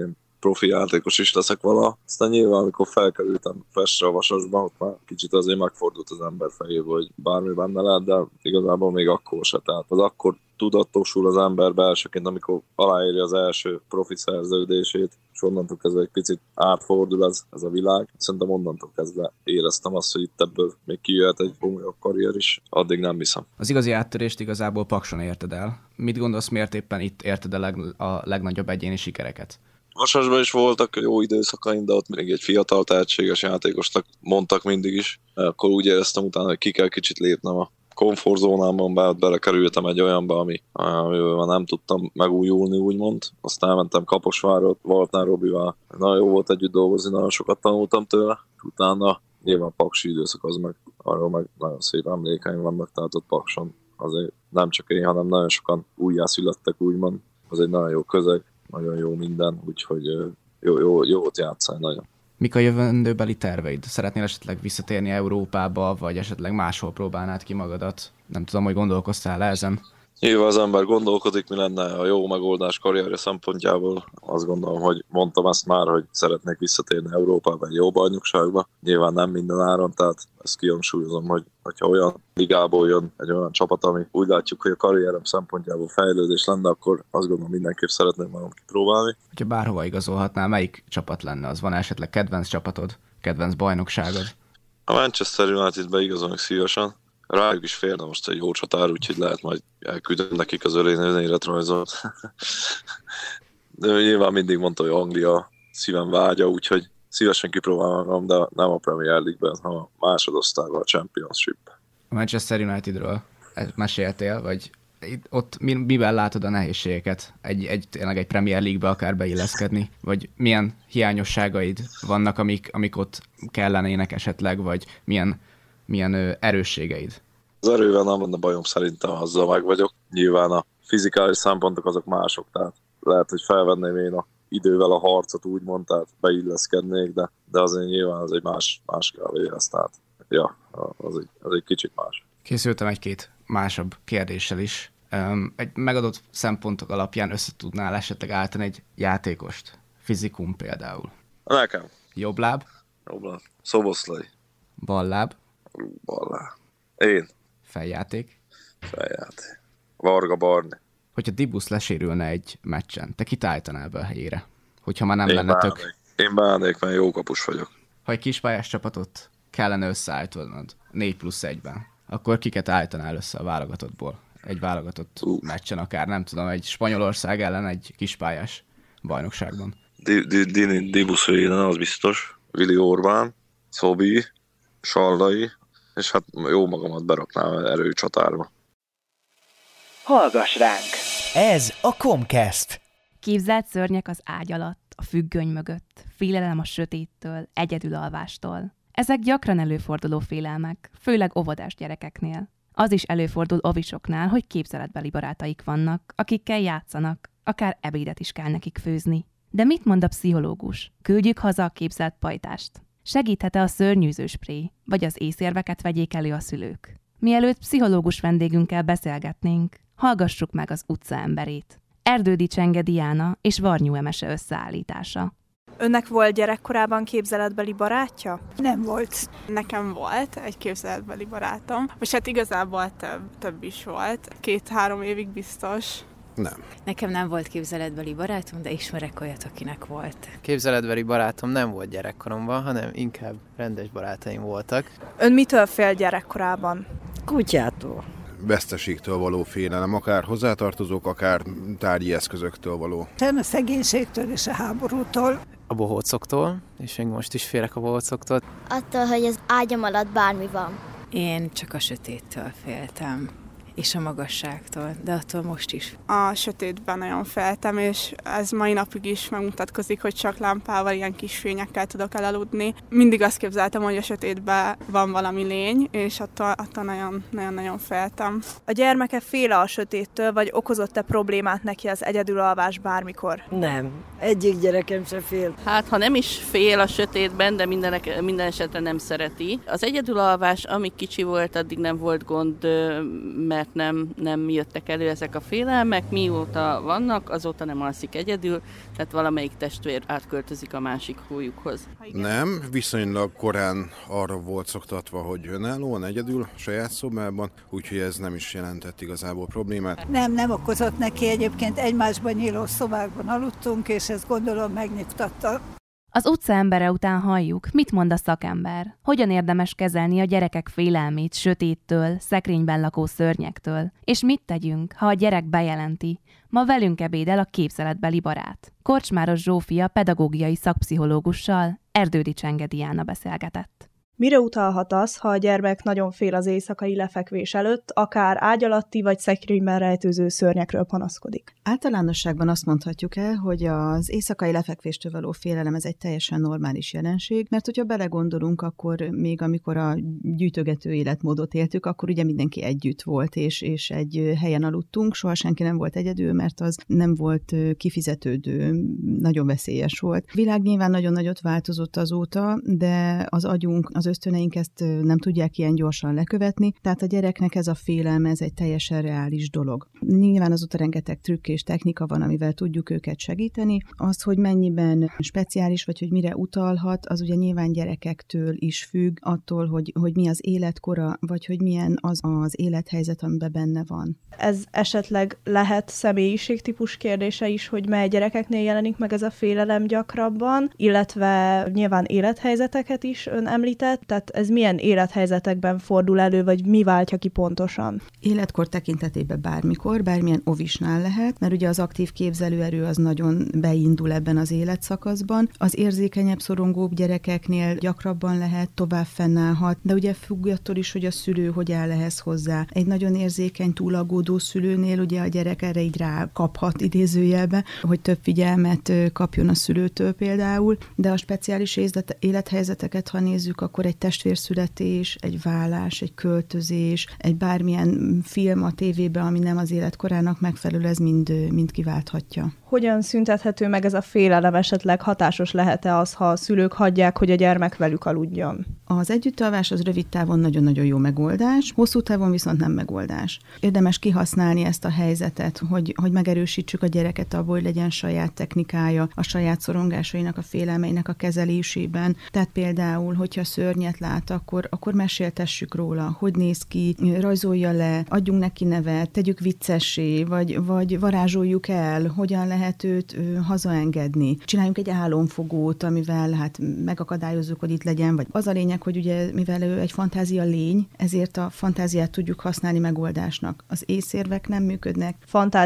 profi játékos is leszek vala. Aztán nyilván, amikor felkerültem Pestre a Vasasba, ott már kicsit azért megfordult az ember fejébe, hogy bármi benne lehet, de igazából még akkor se. Tehát az akkor tudatosul az ember belsőként, amikor aláírja az első profi szerződését, és onnantól kezdve egy picit átfordul ez a világ. Szerintem onnantól kezdve éreztem azt, hogy itt ebből még kijöhet egy komolyabb karrier is. Addig nem hiszem. Az igazi áttörést igazából Pakson érted el. Mit gondolsz, miért éppen itt érted a legnagyobb egyéni sikereket? Vasasban is voltak jó időszakaim, de ott még egy fiatal tehetséges játékosnak mondtak mindig is. Akkor úgy éreztem utána, hogy ki kell kicsit lépnem a komfortzónámban, belekerültem egy olyanba, amivel nem tudtam megújulni, úgymond. Aztán elmentem Kaposvárra, Waltner Robival. Nagyon jó volt együtt dolgozni, nagyon sokat tanultam tőle. Utána nyilván a paksi időszak, az meg arról meg nagyon szép emlékeim vannak, tehát ott Pakson azért nem csak én, hanem nagyon sokan újjászülettek, úgymond. Az egy nagyon jó közeg, nagyon jó minden, úgyhogy jó ott játszani nagyon. Mik a jövendőbeli terveid? Szeretnél esetleg visszatérni Európába, vagy esetleg máshol próbálnád ki magadat? Nem tudom, hogy gondolkoztál ezen. Nyilván az ember gondolkodik, mi lenne a jó megoldás karrierje szempontjából. Azt gondolom, hogy mondtam ezt már, hogy szeretnék visszatérni Európába egy jó bajnokságba. Nyilván nem minden áron, tehát ezt kihangsúlyozom, hogy ha olyan ligából jön egy olyan csapat, ami úgy látjuk, hogy a karrierem szempontjából fejlődés lenne, akkor azt gondolom, mindenképp szeretném magam kipróbálni. Ha bárhova igazolhatnál, melyik csapat lenne az? Van esetleg kedvenc csapatod, kedvenc bajnokságod? A Manchester Unitedbe igazolnak szívesen. Rájuk is férne most egy jó csatár, úgyhogy lehet majd elküldeni nekik az önéletrajzot. De nyilván mindig mondta, hogy Anglia szívem vágya, úgyhogy szívesen kipróbálom magam, de nem a Premier League-ben, hanem a másodosztályban, a Championship. A Manchester Unitedről meséltél, vagy ott miben látod a nehézségeket? Tényleg egy Premier League-be akár beilleszkedni? Vagy milyen hiányosságaid vannak, amik ott kellenének esetleg, vagy milyen erősségeid? Az erővel nem lenne bajom, szerintem azzal meg vagyok. Nyilván a fizikális szempontok azok mások, tehát lehet, hogy felvenném én idővel a harcot, úgymond, tehát beilleszkednék, de azért nyilván az egy más kávéhez, tehát ja, az egy kicsit más. Készültem egy-két másabb kérdéssel is. Egy megadott szempontok alapján összetudnál esetleg állítani egy játékost? Fizikum például. Nekem. Jobb láb? Jobb láb. Szoboszlai. Bal láb? Bal láb. Én. Feljáték? Feljáték. Varga Barni. Hogyha Dibusz lesérülne egy meccsen, te kit állítanál be a helyére? Hogyha már nem lenne tök... Én beállnék, mert jó kapus vagyok. Ha egy kispályás csapatot kellene összeállítanod 4+1-ben, akkor kiket állítanál össze a válogatottból? Egy válogatott meccsen akár, nem tudom, egy Spanyolország ellen egy kispályás bajnokságban. Dibusz védene, az biztos. Vili Orbán, Szobi, Sallai, és hát jó magamat beraknám erőcsatárba. Hallgass ránk! Ez a Comcast. Képzelt szörnyek az ágy alatt, a függöny mögött, félelem a sötéttől, egyedülalvástól. Ezek gyakran előforduló félelmek, főleg óvodás gyerekeknél. Az is előfordul ovisoknál, hogy képzeletbeli barátaik vannak, akikkel játszanak, akár ebédet is kell nekik főzni. De mit mond a pszichológus? Küldjük haza a képzelt pajtást. Segíthet-e a szörnyűző spré, vagy az észérveket vegyék elő a szülők? Mielőtt pszichológus vendégünkkel beszélgetnénk, hallgassuk meg az utca emberét. Erdődi Csenge Diana és Varnyú Emese összeállítása. Önnek volt gyerekkorában képzeletbeli barátja? Nem volt. Nekem volt egy képzeletbeli barátom, és hát igazából több is volt. 2-3 évig biztos. Nem. Nekem nem volt képzeletbeli barátom, de ismerek olyat, akinek volt. Képzeletbeli barátom nem volt gyerekkoromban, hanem inkább rendes barátaim voltak. Ön mitől fél gyerekkorában? Kutyától. Veszteségtől való félelem, akár hozzátartozók, akár tárgyi eszközöktől való. A szegénységtől és a háborútól. A bohócoktól, és még most is félek a bohócoktól. Attól, hogy az ágyam alatt bármi van. Én csak a sötéttől féltem, és a magasságtól, de attól most is. A sötétben nagyon féltem, és ez mai napig is megmutatkozik, hogy csak lámpával, ilyen kis fényekkel tudok elaludni. Mindig azt képzeltem, hogy a sötétben van valami lény, és attól nagyon féltem. A gyermeke fél a sötéttől, vagy okozott-e problémát neki az egyedülalvás bármikor? Nem. Egyik gyerekem se fél. Hát, ha nem is fél a sötétben, de minden esetre nem szereti. Az egyedülalvás, amíg kicsi volt, addig nem volt gond, mert mert nem jöttek elő ezek a félelmek, mióta vannak, azóta nem alszik egyedül, tehát valamelyik testvér átköltözik a másik hólyukhoz. Nem, viszonylag korán arra volt szoktatva, hogy önállóan egyedül, saját szobában, úgyhogy ez nem is jelentett igazából problémát. Nem okozott neki, egyébként egymásban nyíló szobákban aludtunk, és ezt gondolom megnyugtatta. Az utca embere után halljuk, mit mond a szakember. Hogyan érdemes kezelni a gyerekek félelmét sötéttől, szekrényben lakó szörnyektől. És mit tegyünk, ha a gyerek bejelenti. Ma velünk ebédel a képzeletbeli barát. Korcsmáros Zsófia pedagógiai szakpszichológussal, Erdődy Csenge Diana beszélgetett. Mire utalhat az, ha a gyermek nagyon fél az éjszakai lefekvés előtt, akár ágy alatti vagy szekrényben rejtőző szörnyekről panaszkodik? Általánosságban azt mondhatjuk el, hogy az éjszakai lefekvéstől való félelem ez egy teljesen normális jelenség, mert hogyha belegondolunk, akkor még amikor a gyűjtögető életmódot éltük, akkor ugye mindenki együtt volt, és egy helyen aludtunk, soha senki nem volt egyedül, mert az nem volt kifizetődő, nagyon veszélyes volt. A világ nyilván nagyon nagyot változott azóta, de az agyunk, az ösztöneink ezt nem tudják ilyen gyorsan lekövetni, tehát a gyereknek ez a félelme, ez egy teljesen reális dolog. Nyilván azóta rengeteg trükk és technika van, amivel tudjuk őket segíteni. Az, hogy mennyiben speciális, vagy hogy mire utalhat, az ugye nyilván gyerekektől is függ, attól, hogy mi az életkora, vagy hogy milyen az élethelyzet, amiben benne van. Ez esetleg lehet személyiségtípus kérdése is, hogy mely gyerekeknél jelenik meg ez a félelem gyakrabban, illetve nyilván élethelyzeteket is ön említett, tehát ez milyen élethelyzetekben fordul elő, vagy mi váltja ki pontosan? Életkor tekintetében bármikor, bármilyen ovisnál lehet, mert ugye az aktív képzelőerő az nagyon beindul ebben az életszakaszban. Az érzékenyebb, szorongóbb gyerekeknél gyakrabban lehet, tovább fennállhat, de ugye függ attól is, hogy a szülő hogy áll ehhez hozzá. Egy nagyon érzékeny, túlaggódó szülőnél ugye a gyerek erre így rákaphat idézőjelbe, hogy több figyelmet kapjon a szülőtől például, de a speciális élethelyzeteket, ha nézzük, akkor egy testvérszületés, egy vállás, egy költözés, egy bármilyen film a tévében, ami nem az életkorának megfelelő, ez mind kiválthatja. Hogyan szüntethető meg ez a félelem, esetleg hatásos lehet-e az, ha a szülők hagyják, hogy a gyermek velük aludjon? Az együttalvás az rövid távon nagyon-nagyon jó megoldás, hosszú távon viszont nem megoldás. Érdemes kihasználni ezt a helyzetet, hogy megerősítsük a gyereket abból, hogy legyen saját technikája, a saját szorongásainak, a félelmeinek a kezelésében. Tehát például, hogyha szörnyet lát, akkor meséltessük róla, hogy néz ki, rajzolja le, adjunk neki nevet, tegyük viccessé, vagy varázsoljuk el, hogyan lehet őt hazaengedni. Csináljunk egy álomfogót, amivel hát megakadályozzuk, hogy itt legyen, vagy az a lényeg, hogy ugye, mivel ő egy fantázia lény, ezért a fantáziát tudjuk használni megoldásnak. Az észérvek nem működnek.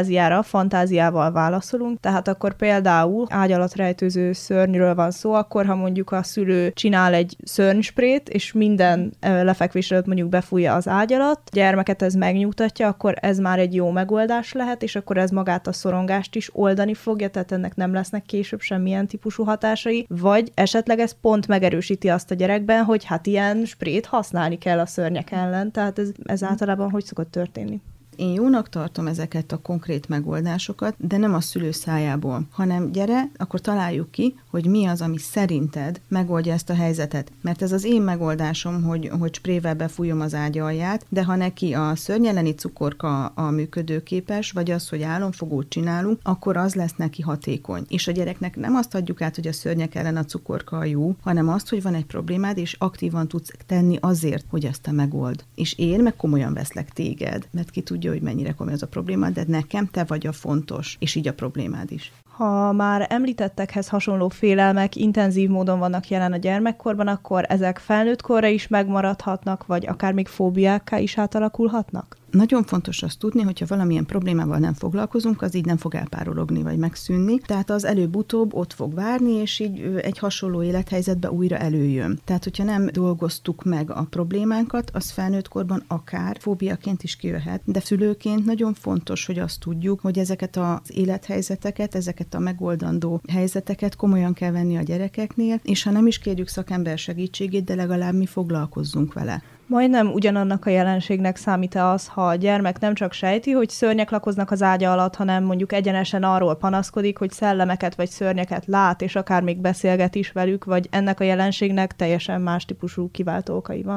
Fantáziával válaszolunk, tehát akkor például ágy alatt rejtőző szörnyről van szó, akkor ha mondjuk a szülő csinál egy szörnysprét, és minden lefekvés előtt mondjuk befújja az ágy alatt, gyermeket ez megnyugtatja, akkor ez már egy jó megoldás lehet, és akkor ez magát a szorongást is oldani fogja, tehát ennek nem lesznek később semmilyen típusú hatásai, vagy esetleg ez pont megerősíti azt a gyerekben, hogy hát ilyen sprét használni kell a szörnyek ellen, tehát ez általában hogy szokott történni? Én jónak tartom ezeket a konkrét megoldásokat, de nem a szülő szájából, hanem gyere, akkor találjuk ki, hogy mi az, ami szerinted megoldja ezt a helyzetet. Mert ez az én megoldásom, hogy sprével befújom az ágy alját, de ha neki a szörny elleni cukorka a működőképes, vagy az, hogy álomfogót csinálunk, akkor az lesz neki hatékony. És a gyereknek nem azt adjuk át, hogy a szörnyek ellen a cukorka a jó, hanem azt, hogy van egy problémád, és aktívan tudsz tenni azért, hogy ezt te megold. És én meg komolyan veszlek téged, mert ki tudja, hogy mennyire komoly az a probléma, de nekem te vagy a fontos, és így a problémád is. Ha már említettekhez hasonló félelmek intenzív módon vannak jelen a gyermekkorban, akkor ezek felnőttkorra is megmaradhatnak, vagy akár még fóbiákká is átalakulhatnak? Nagyon fontos azt tudni, hogyha valamilyen problémával nem foglalkozunk, az így nem fog elpárologni vagy megszűnni. Tehát az előbb-utóbb ott fog várni, és így egy hasonló élethelyzetbe újra előjön. Tehát, hogyha nem dolgoztuk meg a problémánkat, az felnőttkorban akár fóbiaként is kijöhet, de szülőként nagyon fontos, hogy azt tudjuk, hogy ezeket az élethelyzeteket, ezeket a megoldandó helyzeteket komolyan kell venni a gyerekeknél, és ha nem is kérjük szakember segítségét, de legalább mi foglalkozzunk vele. Majdnem ugyanannak a jelenségnek számít-e az, ha a gyermek nem csak sejti, hogy szörnyek lakoznak az ágya alatt, hanem mondjuk egyenesen arról panaszkodik, hogy szellemeket vagy szörnyeket lát, és akár még beszélget is velük, vagy ennek a jelenségnek teljesen más típusú kiváltó okai vannak?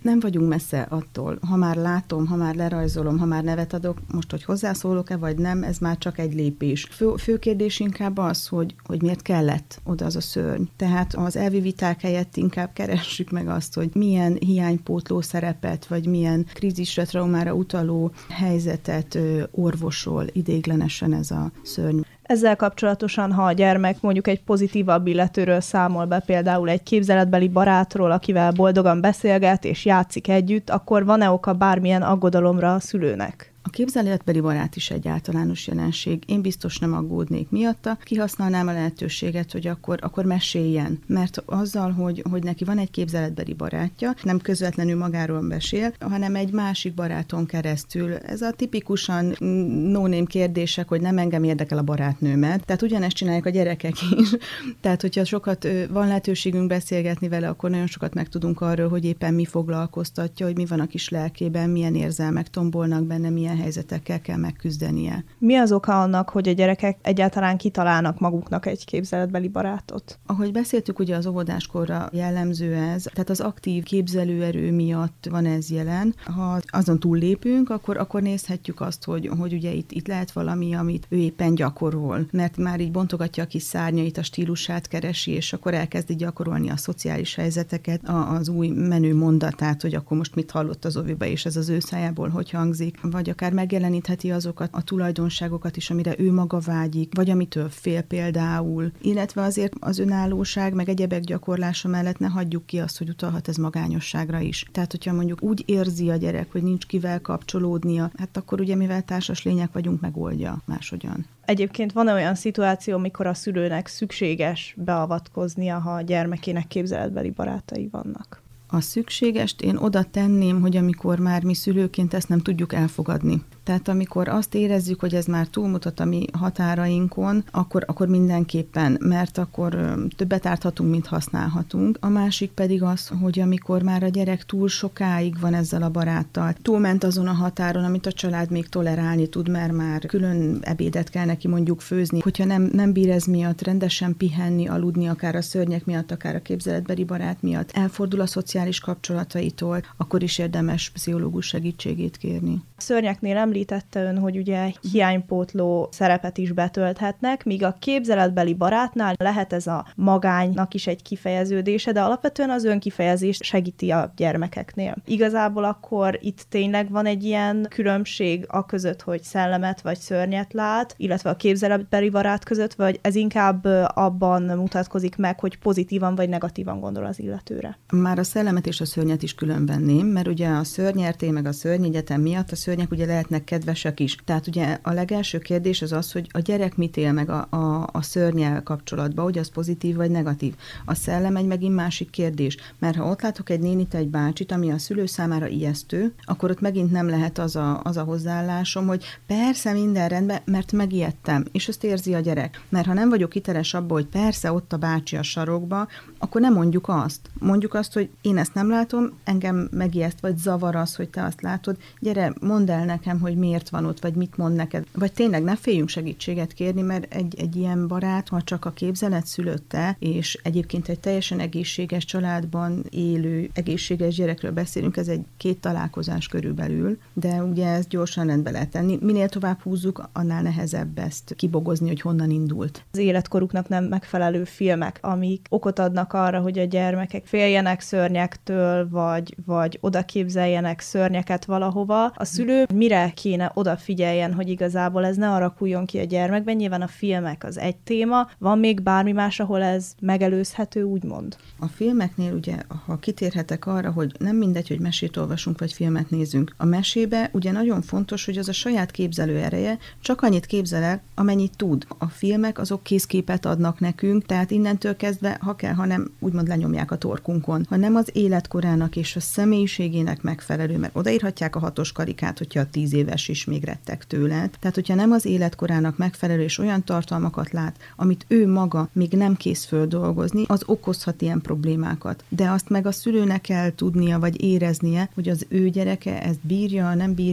Nem vagyunk messze attól, ha már látom, ha már lerajzolom, ha már nevet adok, most, hogy hozzászólok-e vagy nem, ez már csak egy lépés. Fő kérdés inkább az, hogy miért kellett oda az a szörny. Tehát az elvi viták helyett inkább keressük meg azt, hogy milyen hiánypótló szerepet, vagy milyen krízisre, traumára utaló helyzetet orvosol ideiglenesen ez a szörny. Ezzel kapcsolatosan, ha a gyermek mondjuk egy pozitívabb illetőről számol be, például egy képzeletbeli barátról, akivel boldogan beszélget és játszik együtt, akkor van-e oka bármilyen aggodalomra a szülőnek? A képzeletbeli barát is egy általános jelenség. Én biztos nem aggódnék miatta. Kihasználnám a lehetőséget, hogy akkor meséljen. Mert azzal, hogy neki van egy képzeletbeli barátja, nem közvetlenül magáról mesél, hanem egy másik baráton keresztül. Ez a tipikusan no-name kérdések, hogy nem engem érdekel a barátnőmet. Tehát ugyanezt csinálják a gyerekek is. Tehát, hogyha sokat van lehetőségünk beszélgetni vele, akkor nagyon sokat megtudunk arról, hogy éppen mi foglalkoztatja, hogy mi van a kis lelkében, milyen érzelmek tombolnak benne, milyen helyzetekkel kell megküzdenie. Mi az oka annak, hogy a gyerekek egyáltalán kitalálnak maguknak egy képzeletbeli barátot? Ahogy beszéltük, ugye az óvodáskorra jellemző ez, tehát az aktív képzelőerő miatt van ez jelen. Ha azon túllépünk, akkor nézhetjük azt, hogy ugye itt lehet valami, amit ő éppen gyakorol, mert már így bontogatja a kis szárnyait, a stílusát keresi, és akkor elkezdi gyakorolni a szociális helyzeteket, az új menő mondatát, hogy akkor most mit hallott az oviba, és ez az ő szájából hogy hangzik, vagy akár megjelenítheti azokat a tulajdonságokat is, amire ő maga vágyik, vagy amitől fél például. Illetve azért az önállóság, meg egyebek gyakorlása mellett ne hagyjuk ki azt, hogy utalhat ez magányosságra is. Tehát, hogyha mondjuk úgy érzi a gyerek, hogy nincs kivel kapcsolódnia, hát akkor ugye, mivel társas lények vagyunk, megoldja máshogyan. Egyébként van olyan szituáció, amikor a szülőnek szükséges beavatkoznia, ha a gyermekének képzeletbeli barátai vannak? A szükségest én oda tenném, hogy amikor már mi szülőként ezt nem tudjuk elfogadni. Tehát amikor azt érezzük, hogy ez már túlmutat a mi határainkon, akkor mindenképpen, mert akkor többet árthatunk, mint használhatunk. A másik pedig az, hogy amikor már a gyerek túl sokáig van ezzel a baráttal, túlment azon a határon, amit a család még tolerálni tud, mert már külön ebédet kell neki mondjuk főzni. Hogyha nem bír ez miatt rendesen pihenni, aludni, akár a szörnyek miatt, akár a képzeletbeli barát miatt, elfordul a szociális kapcsolataitól, akkor is érdemes pszichológus segítségét kérni. A szörnyeknél említette ön, hogy ugye hiánypótló szerepet is betölthetnek, míg a képzeletbeli barátnál lehet ez a magánynak is egy kifejeződése, de alapvetően az önkifejezést segíti a gyermekeknél. Igazából akkor itt tényleg van egy ilyen különbség a között, hogy szellemet vagy szörnyet lát, illetve a képzeletbeli barát között, vagy ez inkább abban mutatkozik meg, hogy pozitívan vagy negatívan gondol az illetőre? Már a szellemet és a szörnyet is külön venném, mert ugye a szörnyertély meg a szörnyegyetem miatt a szörnyek ugye lehetnek kedvesek is. Tehát ugye a legelső kérdés az, hogy a gyerek mit él meg a szörnnyel kapcsolatban, hogy az pozitív vagy negatív. A szellem egy megint másik kérdés, mert ha ott látok egy nénit, egy bácsit, ami a szülő számára ijesztő, akkor ott megint nem lehet az a hozzáállásom, hogy persze minden rendben, mert megijedtem, és azt érzi a gyerek. Mert ha nem vagyok hiteles abba, hogy persze ott a bácsi a sarokba, akkor nem mondjuk azt. Mondjuk azt, hogy én ezt nem látom, engem megijeszt, vagy zavar az, hogy te azt látod, gyere, mondd el nekem, hogy miért van ott, vagy mit mond neked. Vagy tényleg ne féljünk segítséget kérni, mert egy ilyen barát, ha csak a képzelet szülötte, és egyébként egy teljesen egészséges családban élő, egészséges gyerekről beszélünk, ez egy 2 találkozás körülbelül, de ugye ezt gyorsan rendbe lehet tenni. Minél tovább húzzuk, annál nehezebb ezt kibogozni, hogy honnan indult. Az életkoruknak nem megfelelő filmek, amik okot adnak arra, hogy a gyermekek féljenek szörnyektől, vagy oda képzeljenek szörnyeket valahova. A szülő mire kéne odafigyeljen, hogy igazából ez ne alakuljon ki a gyermekben? Nyilván a filmek az egy téma. Van még bármi más, ahol ez megelőzhető, úgymond? A filmeknél ugye, ha kitérhetek arra, hogy nem mindegy, hogy mesét olvasunk, vagy filmet nézünk. A mesébe ugye nagyon fontos, hogy az a saját képzelő ereje csak annyit képzel el, amennyit tud. A filmek azok készképet adnak nekünk, tehát innentől kezdve, ha kell, hanem úgymond lenyomják a torkunkon. Ha nem az életkorának és a személyiségének megfelelő, mert odaírhatják a 6-os karikát, hogyha a 10 éves is még rettek tőle. Tehát, hogyha nem az életkorának megfelelő és olyan tartalmakat lát, amit ő maga még nem kész földolgozni, az okozhat ilyen problémákat. De azt meg a szülőnek kell tudnia, vagy éreznie, hogy az ő gyereke ezt bírja, nem bírja,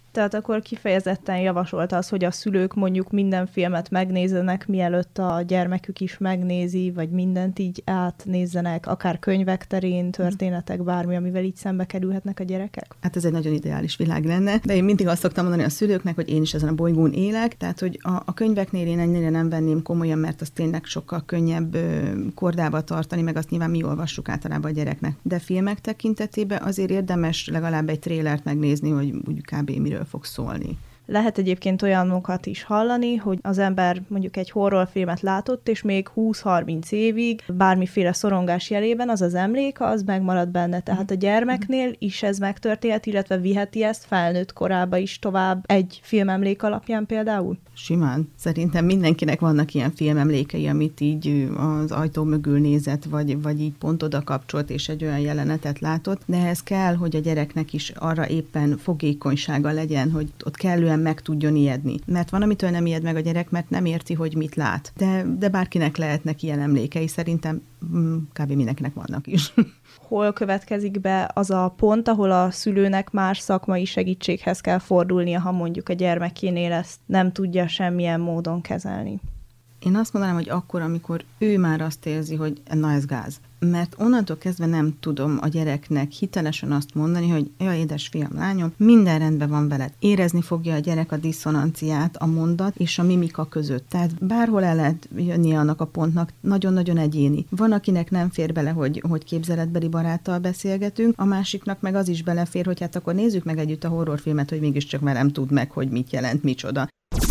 Tehát akkor kifejezetten javasolta az, hogy a szülők mondjuk minden filmet megnézzenek, mielőtt a gyermekük is megnézi, vagy mindent így átnézzenek, akár könyvek terén, történetek, bármi, amivel így szembe kerülhetnek a gyerekek? Hát ez egy nagyon ideális világ lenne, de én mindig azt szoktam mondani a szülőknek, hogy én is ezen a bolygón élek, tehát hogy a könyveknél én ennyire nem venném komolyan, mert az tényleg sokkal könnyebb kordába tartani, meg azt nyilván mi olvassuk általában a gyereknek. De filmek tekintetében azért érdemes legalább egy trélert megnézni, hogy úgy kb. Miről fog szólni. Lehet egyébként olyanokat is hallani, hogy az ember mondjuk egy horrorfilmet látott, és még 20-30 évig bármiféle szorongás jelében az emlék, az megmarad benne. Tehát a gyermeknél is ez megtörténhet, illetve viheti ezt felnőtt korába is tovább egy filmemlék alapján például? Simán. Szerintem mindenkinek vannak ilyen filmemlékei, amit így az ajtó mögül nézett, vagy így pont oda kapcsolt, és egy olyan jelenetet látott, de ehhez kell, hogy a gyereknek is arra éppen fogékonysága legyen, hogy ott kellően meg tudjon ijedni. Mert van, amitől nem ijed meg a gyerek, mert nem érti, hogy mit lát. De bárkinek lehetnek ilyen emlékei, szerintem kb. Mindenkinek vannak is. Hol következik be az a pont, ahol a szülőnek más szakmai segítséghez kell fordulnia, ha mondjuk a gyermekénél ezt nem tudja semmilyen módon kezelni? Én azt mondanám, hogy akkor, amikor ő már azt érzi, hogy na ez gáz. Mert onnantól kezdve nem tudom a gyereknek hitelesen azt mondani, hogy jaj, édes fiam, lányom, minden rendben van veled. Érezni fogja a gyerek a diszonanciát, a mondat és a mimika között. Tehát bárhol el lehet jönnie annak a pontnak, nagyon-nagyon egyéni. Van, akinek nem fér bele, hogy képzeletbeli baráttal beszélgetünk, a másiknak meg az is belefér, hogy hát akkor nézzük meg együtt a horrorfilmet, hogy mégiscsak velem tud meg, hogy mit jelent, micsoda.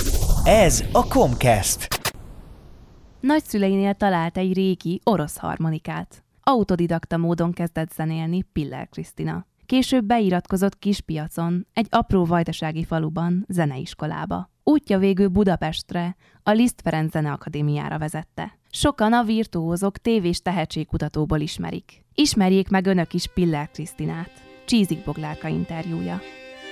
Ez a Comcast. Nagyszüleinél talált egy régi orosz harmonikát. Autodidakta módon kezdett zenélni Piller Krisztina. Később beiratkozott Kispiacon, egy apró vajdasági faluban, zeneiskolába. Útja végül Budapestre, a Liszt Ferenc Zeneakadémiára vezette. Sokan a virtuózok tévés tehetségkutatóból ismerik. Ismerjék meg önök is Piller Krisztinát. Csízik Boglárka interjúja.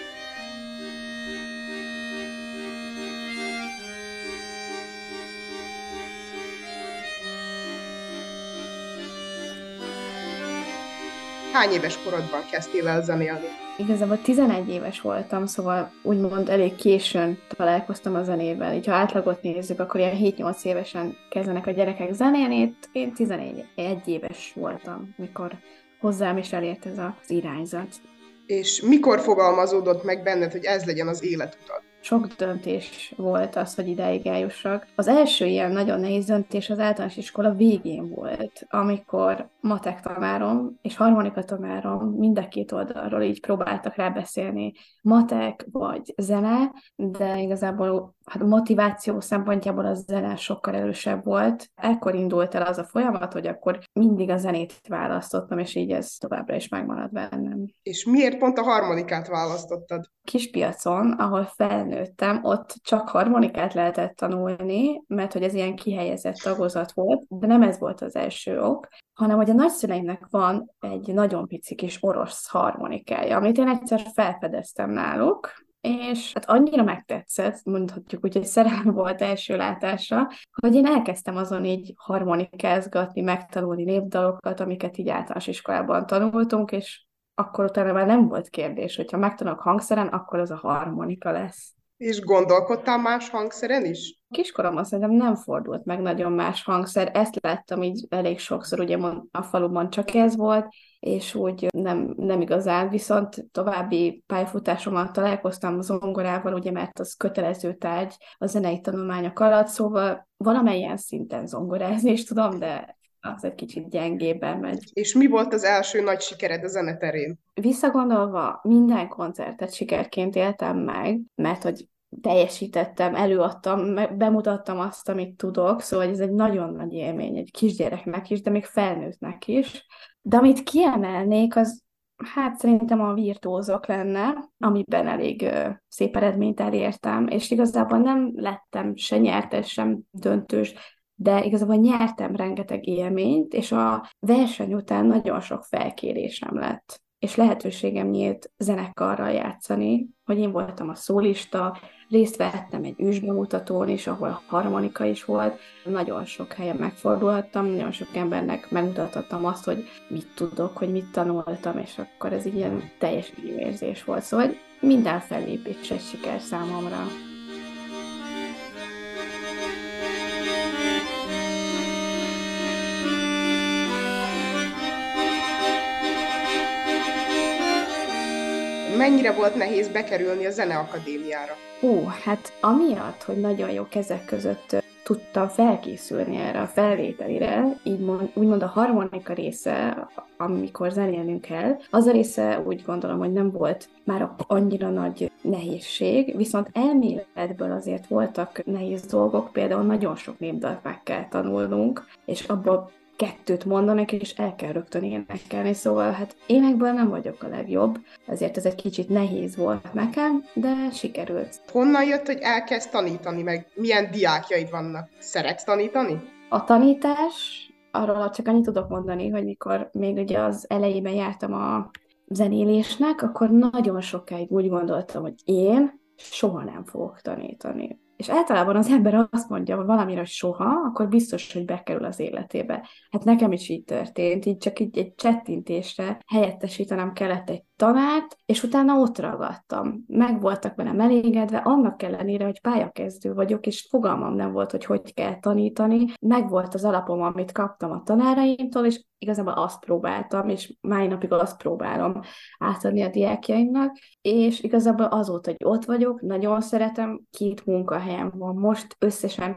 Hány éves korodban kezdtél el zenélni? Igazából 11 éves voltam, szóval úgymond elég későn találkoztam a zenével. Így ha átlagot nézzük, akkor ilyen 7-8 évesen kezdenek a gyerekek zenélni. Én 11 éves voltam, mikor hozzám is elért ez az irányzat. És mikor fogalmazódott meg benned, hogy ez legyen az életutad? Sok döntés volt az, hogy ideig eljussak. Az első ilyen nagyon nehéz döntés az általános iskola végén volt, amikor matek tanárom és harmonika tanárom mind a két oldalról így próbáltak rá beszélni. Matek vagy zene, de igazából a motiváció szempontjából a zene sokkal erősebb volt. Ekkor indult el az a folyamat, hogy akkor mindig a zenét választottam, és így ez továbbra is megmarad bennem. És miért pont a harmonikát választottad? Kispiacon, ahol felnőttem, ott csak harmonikát lehetett tanulni, mert hogy ez ilyen kihelyezett tagozat volt, de nem ez volt az első ok, hanem hogy a nagyszüleimnek van egy nagyon pici kis orosz harmonikája, amit én egyszer felfedeztem náluk, és hát annyira megtetszett, mondhatjuk úgy, hogy szerelem volt első látásra, hogy én elkezdtem azon így harmonikázgatni, megtanulni népdalokat, amiket így általános iskolában tanultunk, és akkor utána már nem volt kérdés, hogyha megtanulok hangszeren, akkor az a harmonika lesz. És gondolkodtál más hangszeren is? Kiskoromban szerintem nem fordult meg nagyon más hangszer. Ezt láttam így elég sokszor, ugye a faluban csak ez volt, és úgy nem igazán, viszont további pályafutásommal találkoztam zongorával, ugye, mert az kötelező tárgy a zenei tanulmányok alatt, szóval valamelyen szinten zongorázni is tudom, de az egy kicsit gyengébben megy. És mi volt az első nagy sikered a zeneterén? Visszagondolva, minden koncertet sikerként éltem meg, mert hogy teljesítettem, előadtam, bemutattam azt, amit tudok, szóval ez egy nagyon nagy élmény egy kisgyereknek is, de még felnőttnek is. De amit kiemelnék, az hát szerintem a virtuózok lenne, amiben elég szép eredményt elértem, és igazából nem lettem se nyertes, sem döntős, de igazából nyertem rengeteg élményt, és a verseny után nagyon sok felkérésem lett, és lehetőségem nyílt zenekarral játszani, hogy én voltam a szólista, részt vettem egy ősbemutatón is, ahol harmonika is volt. Nagyon sok helyen megfordulhattam, nagyon sok embernek megmutathattam azt, hogy mit tudok, hogy mit tanultam, és akkor ez így ilyen teljes érzés volt. Szóval Minden fellépés egy siker számomra. Mennyire volt nehéz bekerülni a Zeneakadémiára? Hát amiatt, hogy nagyon jó kezek között tudtam felkészülni erre a felvételire, úgymond a harmonika része, amikor zenélnünk kell, az a része úgy gondolom, hogy nem volt már annyira nagy nehézség, viszont elméletből azért voltak nehéz dolgok, például nagyon sok népdalt meg kell tanulnunk, és abból 2 mondanak, és el kell rögtön énekelni, szóval hát énekből nem vagyok a legjobb, ezért ez egy kicsit nehéz volt nekem, de sikerült. Honnan jött, hogy elkezd tanítani, meg milyen diákjaid vannak? Szeretsz tanítani? A tanítás, arról csak annyit tudok mondani, hogy mikor még ugye az elejében jártam a zenélésnek, akkor nagyon sokáig úgy gondoltam, hogy én soha nem fogok tanítani. És általában az ember azt mondja, hogy valamire soha, akkor biztos, hogy bekerül az életébe. Hát nekem is így történt, így csak így egy csettintésre helyettesítenem kellett egy tanárt, és utána ott ragadtam. Meg voltak velem elégedve, annak ellenére, hogy pályakezdő vagyok, és fogalmam nem volt, hogy kell tanítani. Meg volt az alapom, amit kaptam a tanáraimtól, és igazából azt próbáltam, és mai napig azt próbálom átadni a diákjaimnak, és igazából azóta, hogy ott vagyok, nagyon szeretem, 2 munkahelyem van most, összesen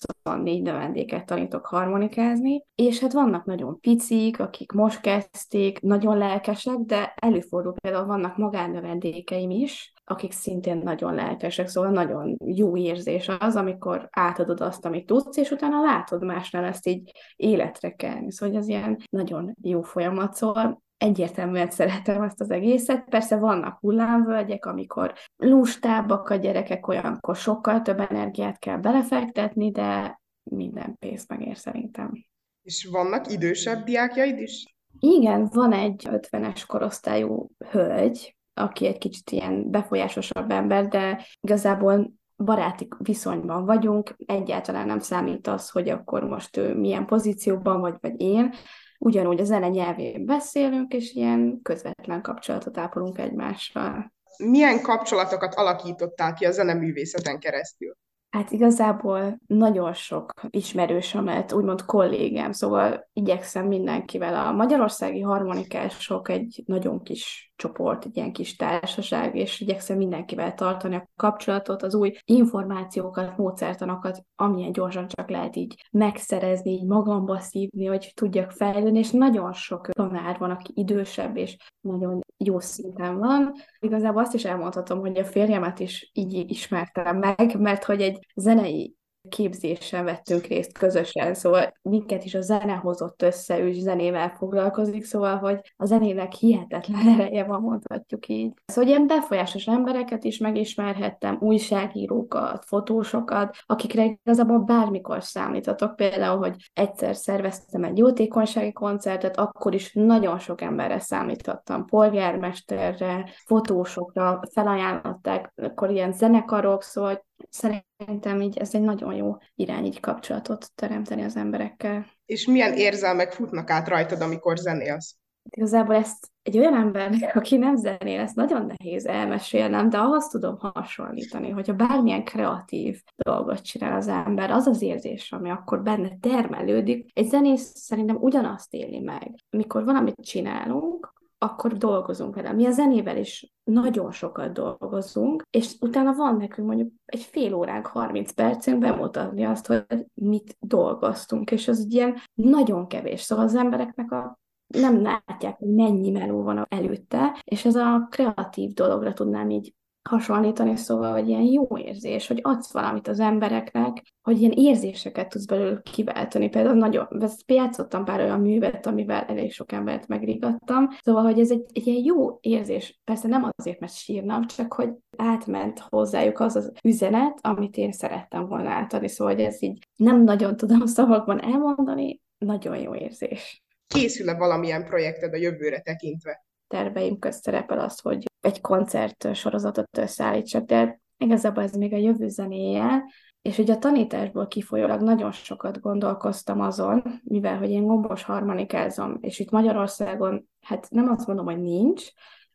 24 növendéket tanítok harmonikázni, és hát vannak nagyon picik, akik most kezdték, nagyon lelkesek, de előfordul például vannak magánnövendékeim is, akik szintén nagyon lelkesek, szóval nagyon jó érzés az, amikor átadod azt, amit tudsz, és utána látod másnál ezt így életre kelni. Szóval ez ilyen nagyon jó folyamat, szóval egyértelműen szeretem ezt az egészet. Persze vannak hullámvölgyek, amikor lustábbak a gyerekek, olyankor sokkal több energiát kell belefektetni, de minden pénzt megér szerintem. És vannak idősebb diákjaid is? Igen, van egy 50-es korosztályú hölgy, aki egy kicsit ilyen befolyásosabb ember, de igazából baráti viszonyban vagyunk, egyáltalán nem számít az, hogy akkor most ő milyen pozícióban vagy én, ugyanúgy a zene nyelvén beszélünk, és ilyen közvetlen kapcsolatot ápolunk egymással. Milyen kapcsolatokat alakítottál ki a zeneművészeten keresztül? Hát igazából nagyon sok ismerősömet, úgymond kollégám, szóval igyekszem mindenkivel. A magyarországi harmonikások egy nagyon kis csoport, egy ilyen kis társaság, és igyekszem mindenkivel tartani a kapcsolatot, az új információkat, módszertanokat, amilyen gyorsan csak lehet így megszerezni, így magamba szívni, hogy tudjak fejlődni, és nagyon sok tanár van, aki idősebb, és nagyon jó szinten van. Igazából azt is elmondhatom, hogy a férjemet is így ismertem meg, mert hogy egy zenei képzésen vettünk részt közösen, szóval minket is a zene hozott össze, ő is zenével foglalkozik, szóval, hogy a zenének hihetetlen ereje van, mondhatjuk így. Szóval ilyen befolyásos embereket is megismerhettem, újságírókat, fotósokat, akikre igazából bármikor számíthatok. Például, hogy egyszer szerveztem egy jótékonysági koncertet, akkor is nagyon sok emberre számíthattam, polgármesterre, fotósokra felajánlották, akkor ilyen zenekarok, szóval szerintem így ez egy nagyon jó irány, így kapcsolatot teremteni az emberekkel. És milyen érzelmek futnak át rajtad, amikor zenélsz? Igazából ezt egy olyan embernek, aki nem zenél, ezt nagyon nehéz elmesélnem, de ahhoz tudom hasonlítani, hogyha bármilyen kreatív dolgot csinál az ember, az az érzés, ami akkor benne termelődik. Egy zenész szerintem ugyanazt éli meg. Mikor valamit csinálunk, akkor dolgozunk vele. Mi a zenével is nagyon sokat dolgozunk, és utána van nekünk mondjuk egy fél óránk, 30 percünk bemutatni azt, hogy mit dolgoztunk, és az ilyen nagyon kevés. Szóval az embereknek nem látják, hogy mennyi meló van előtte, és ez a kreatív dologra tudnám így hasonlítani, szóval, hogy ilyen jó érzés, hogy adsz valamit az embereknek, hogy ilyen érzéseket tudsz belőle kiváltani. Például nagyon, játszottam pár olyan művet, amivel elég sok embert megrigattam, szóval, hogy ez egy ilyen jó érzés. Persze nem azért, mert sírnam, csak hogy átment hozzájuk az az üzenet, amit én szerettem volna átadni, szóval, hogy ez így nem nagyon tudom szavakban elmondani, nagyon jó érzés. Készül-e valamilyen projekted a jövőre tekintve? Terveim közt szerepel az, hogy egy koncert sorozatot összeállítsak, de igazából ez még a jövő zenéje, és ugye a tanításból kifolyólag nagyon sokat gondolkoztam azon, mivel hogy én gombos harmonikázom, és itt Magyarországon, hát nem azt mondom, hogy nincs,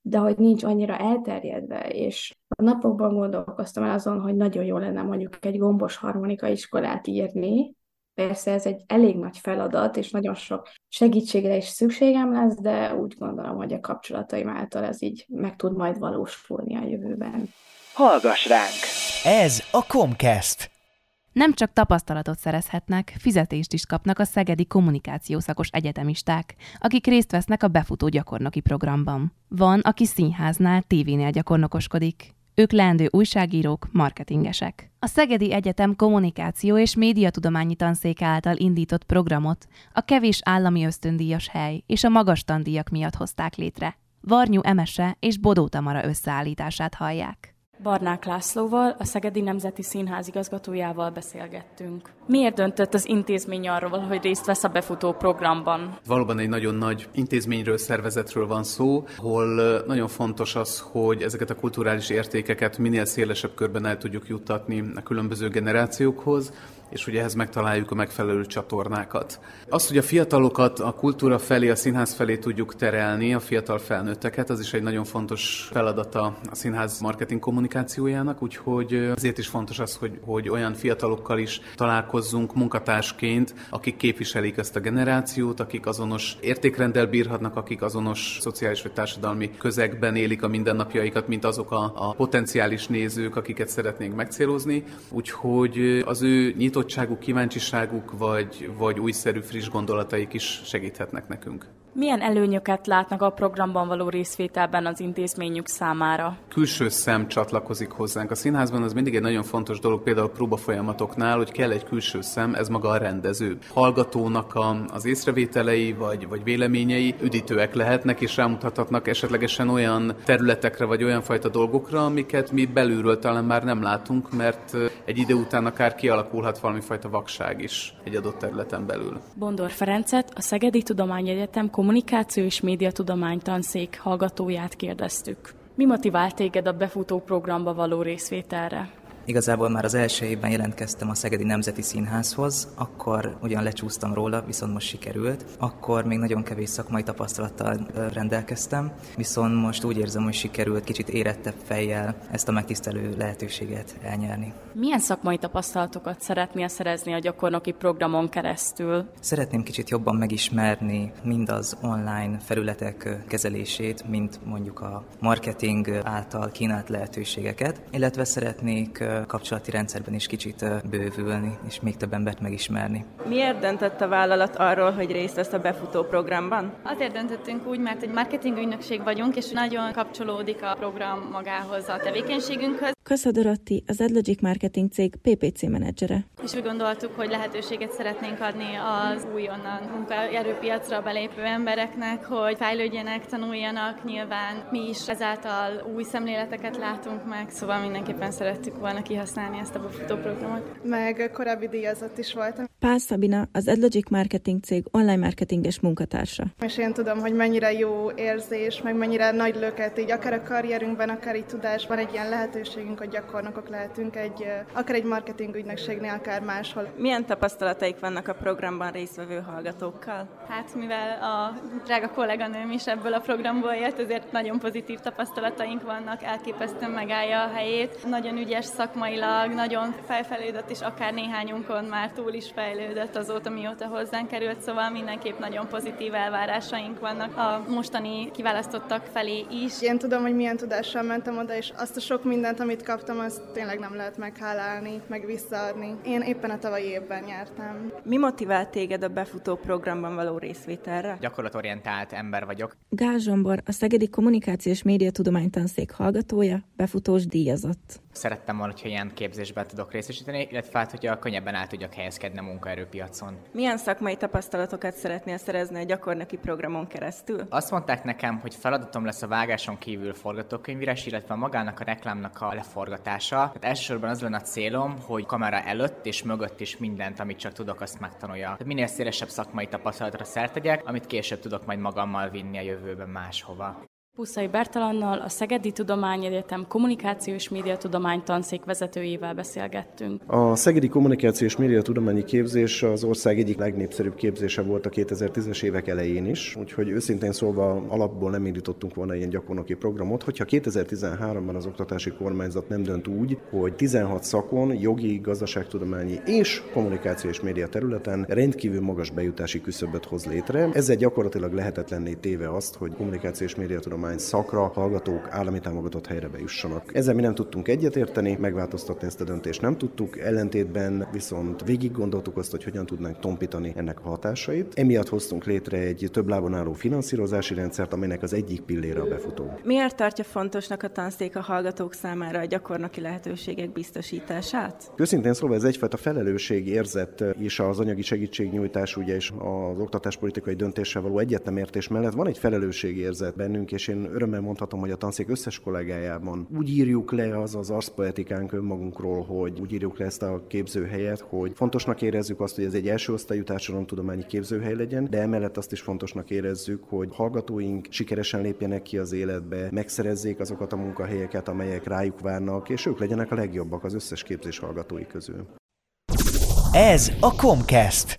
de hogy nincs annyira elterjedve, és a napokban gondolkoztam el azon, hogy nagyon jó lenne mondjuk egy gombos harmonika iskolát írni. Persze ez egy elég nagy feladat, és nagyon sok segítségre is szükségem lesz, de úgy gondolom, hogy a kapcsolataim által ez így meg tud majd valósulni a jövőben. Hallgass ránk! Ez a Comcast! Nem csak tapasztalatot szerezhetnek, fizetést is kapnak a szegedi kommunikációszakos egyetemisták, akik részt vesznek a befutó gyakornoki programban. Van, aki színháznál, tévénél gyakornokoskodik. Ők leendő újságírók, marketingesek. A Szegedi Egyetem kommunikáció és médiatudományi tanszéke által indított programot a kevés állami ösztöndíjas hely és a magas tandíjak miatt hozták létre. Varnyú Emese és Bodó Tamara összeállítását hallják. Barnák Lászlóval, a Szegedi Nemzeti Színház igazgatójával beszélgettünk. Miért döntött az intézmény arról, hogy részt vesz a befutó programban? Valóban egy nagyon nagy intézményről, szervezetről van szó, ahol nagyon fontos az, hogy ezeket a kulturális értékeket minél szélesebb körben el tudjuk juttatni a különböző generációkhoz, és hogy ehhez megtaláljuk a megfelelő csatornákat. Az, hogy a fiatalokat a kultúra felé, a színház felé tudjuk terelni, a fiatal felnőtteket, az is egy nagyon fontos feladata a színház marketing kommunikációjának, úgyhogy ezért is fontos az, hogy olyan fiatalokkal is találkozzunk munkatársként, akik képviselik ezt a generációt, akik azonos értékrenddel bírhatnak, akik azonos szociális vagy társadalmi közegben élik a mindennapjaikat, mint azok a potenciális nézők, akiket szeretnénk megcélozni. Úgyhogy az ő nyitottságuk, kíváncsiságuk vagy újszerű, friss gondolataik is segíthetnek nekünk. Milyen előnyöket látnak a programban való részvételben az intézményük számára? Külső szem csatlakozik hozzánk. A színházban az mindig egy nagyon fontos dolog, például próbafolyamatoknál, hogy kell egy külső szem, ez maga a rendező. Hallgatónak az észrevételei vagy véleményei üdítőek lehetnek, és rámutathatnak esetlegesen olyan területekre vagy olyan fajta dolgokra, amiket mi belülről talán már nem látunk, mert egy idő után akár kialakulhat valami fajta vakság is egy adott területen belül. Bondor Ferencet, a Szegedi Tudományegyetem kommunikáció és médiatudomány tanszék hallgatóját kérdeztük. Mi motivált téged a befutó programba való részvételre? Igazából már az első évben jelentkeztem a Szegedi Nemzeti Színházhoz, akkor ugyan lecsúsztam róla, viszont most sikerült. Akkor még nagyon kevés szakmai tapasztalattal rendelkeztem, viszont most úgy érzem, hogy sikerült kicsit érettebb fejjel ezt a megtisztelő lehetőséget elnyerni. Milyen szakmai tapasztalatokat szeretnél szerezni a gyakornoki programon keresztül? Szeretném kicsit jobban megismerni mind az online felületek kezelését, mint mondjuk a marketing által kínált lehetőségeket, illetve szeretnék kapcsolati rendszerben is kicsit bővülni, és még több embert megismerni. Miért döntött a vállalat arról, hogy részt vesz a befutó programban? Azért döntöttünk úgy, mert egy marketing ügynökség vagyunk, és nagyon kapcsolódik a program magához, a tevékenységünkhöz. Köszö Dorotti, az AdLogic marketing cég PPC menedzsere. És úgy gondoltuk, hogy lehetőséget szeretnénk adni az újonnan munkaerőpiacra belépő embereknek, hogy fejlődjenek, tanuljanak, nyilván mi is ezáltal új szemléleteket látunk meg, szóval mindenképpen szerettük volna kihasználni ezt a befutó programot. Meg korábbi díjazott is voltam. Pál Szabina, az AdLogic marketing cég online marketinges munkatársa. És én tudom, hogy mennyire jó érzés, meg mennyire nagy löket, így akár a karrierünkben, akár így tudásban egy ilyen lehetőségünk, hogy gyakornokok lehetünk akár egy marketing ügynökségnél, akár máshol. Milyen tapasztalataik vannak a programban résztvevő hallgatókkal? Hát mivel a drága kolléganőm is ebből a programból jött, ezért nagyon pozitív tapasztalataink vannak, elképesztően megállja a helyét. Nagyon ügyes szakmailag, nagyon felfejlődött, és akár néhányunkon már túl is fejlődött azóta, mióta hozzánk került, szóval mindenképp nagyon pozitív elvárásaink vannak a mostani kiválasztottak felé is. Én tudom, hogy milyen tudással mentem oda, és azt a sok mindent, amit kaptam, azt tényleg nem lehet meghálálni, meg visszaadni. Én éppen a tavalyi évben nyertem. Mi motivált téged a befutó programban való részvételre? Gyakorlatorientált ember vagyok. Gál Zsombor, a Szegedi Kommunikációs Médiatudománytanszék hallgatója, befutós díjazott. Szerettem volna, hogyha ilyen képzésben tudok részesíteni, illetve hogyha könnyebben el tudjak helyezkedni a munkaerőpiacon. Milyen szakmai tapasztalatokat szeretnél szerezni a gyakornoki programon keresztül? Azt mondták nekem, hogy feladatom lesz a vágáson kívül forgatókönyvírás, illetve magának a reklámnak a leforgatása. Tehát elsősorban az lenne a célom, hogy kamera előtt és mögött is mindent, amit csak tudok, azt megtanulja. Tehát minél szélesebb szakmai tapasztalatra szert tegyek, amit később tudok majd magammal vinni a jövőben máshova. Pusztai Bertalannal, a Szegedi Tudományegyetem Kommunikáció és Médiatudomány tanszék vezetőjével beszélgettünk. A Szegedi Kommunikáció és Médiatudományi képzés az ország egyik legnépszerűbb képzése volt a 2010-es évek elején is, úgyhogy őszintén szólva alapból nem indítottunk volna ilyen gyakornoki programot, hogyha 2013-ban az oktatási kormányzat nem dönt úgy, hogy 16 szakon, jogi, gazdaságtudományi és kommunikáció és média területen rendkívül magas bejutási küszöböt hoz létre. Ezzel gyakorlatilag lehetetlenné téve azt, hogy kommunikáció és médiatudomány szakra hallgatók állami támogatott helyre bejussanak. Ezzel mi nem tudtunk egyetérteni, megváltoztatni ezt a döntést nem tudtuk, ellentétben viszont végig gondoltuk azt, hogy hogyan tudnánk tompítani ennek a hatásait. Emiatt hoztunk létre egy több lábon álló finanszírozási rendszert, amelynek az egyik pillére a befutó. Miért tartja fontosnak a tanszék a hallgatók számára a gyakornoki lehetőségek biztosítását? Őszintén szólva ez egyfajta felelősségérzet és az anyagi segítségnyújtás ugye és az oktatáspolitikai döntéssel való egyetnemértés mellett van egy felelősségérzet bennünk, és én örömmel mondhatom, hogy a tanszék összes kollégájában úgy írjuk le az arszpoetikánk önmagunkról, hogy úgy írjuk le ezt a képzőhelyet, hogy fontosnak érezzük azt, hogy ez egy első osztályú társadalomtudományi képzőhely legyen, de emellett azt is fontosnak érezzük, hogy hallgatóink sikeresen lépjenek ki az életbe, megszerezzék azokat a munkahelyeket, amelyek rájuk várnak, és ők legyenek a legjobbak az összes képzés hallgatói közül. Ez a Comcast.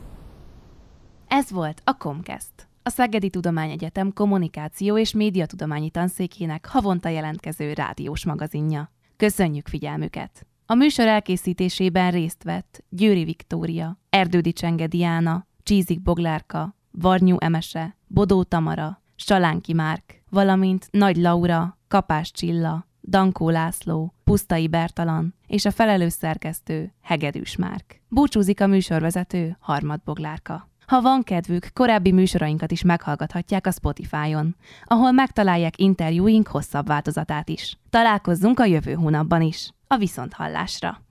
Ez volt a Comcast, a Szegedi Tudományegyetem Kommunikáció és Médiatudományi Tanszékének havonta jelentkező rádiós magazinja. Köszönjük figyelmüket! A műsor elkészítésében részt vett Győri Viktória, Erdődi Csenge Diana, Csízik Boglárka, Varnyú Emese, Bodó Tamara, Salánki Márk, valamint Nagy Laura, Kapás Csilla, Dankó László, Pusztai Bertalan és a felelős szerkesztő Hegedűs Márk. Búcsúzik a műsorvezető Harmad Boglárka. Ha van kedvük, korábbi műsorainkat is meghallgathatják a Spotify-on, ahol megtalálják interjúink hosszabb változatát is. Találkozzunk a jövő hónapban is. A viszonthallásra!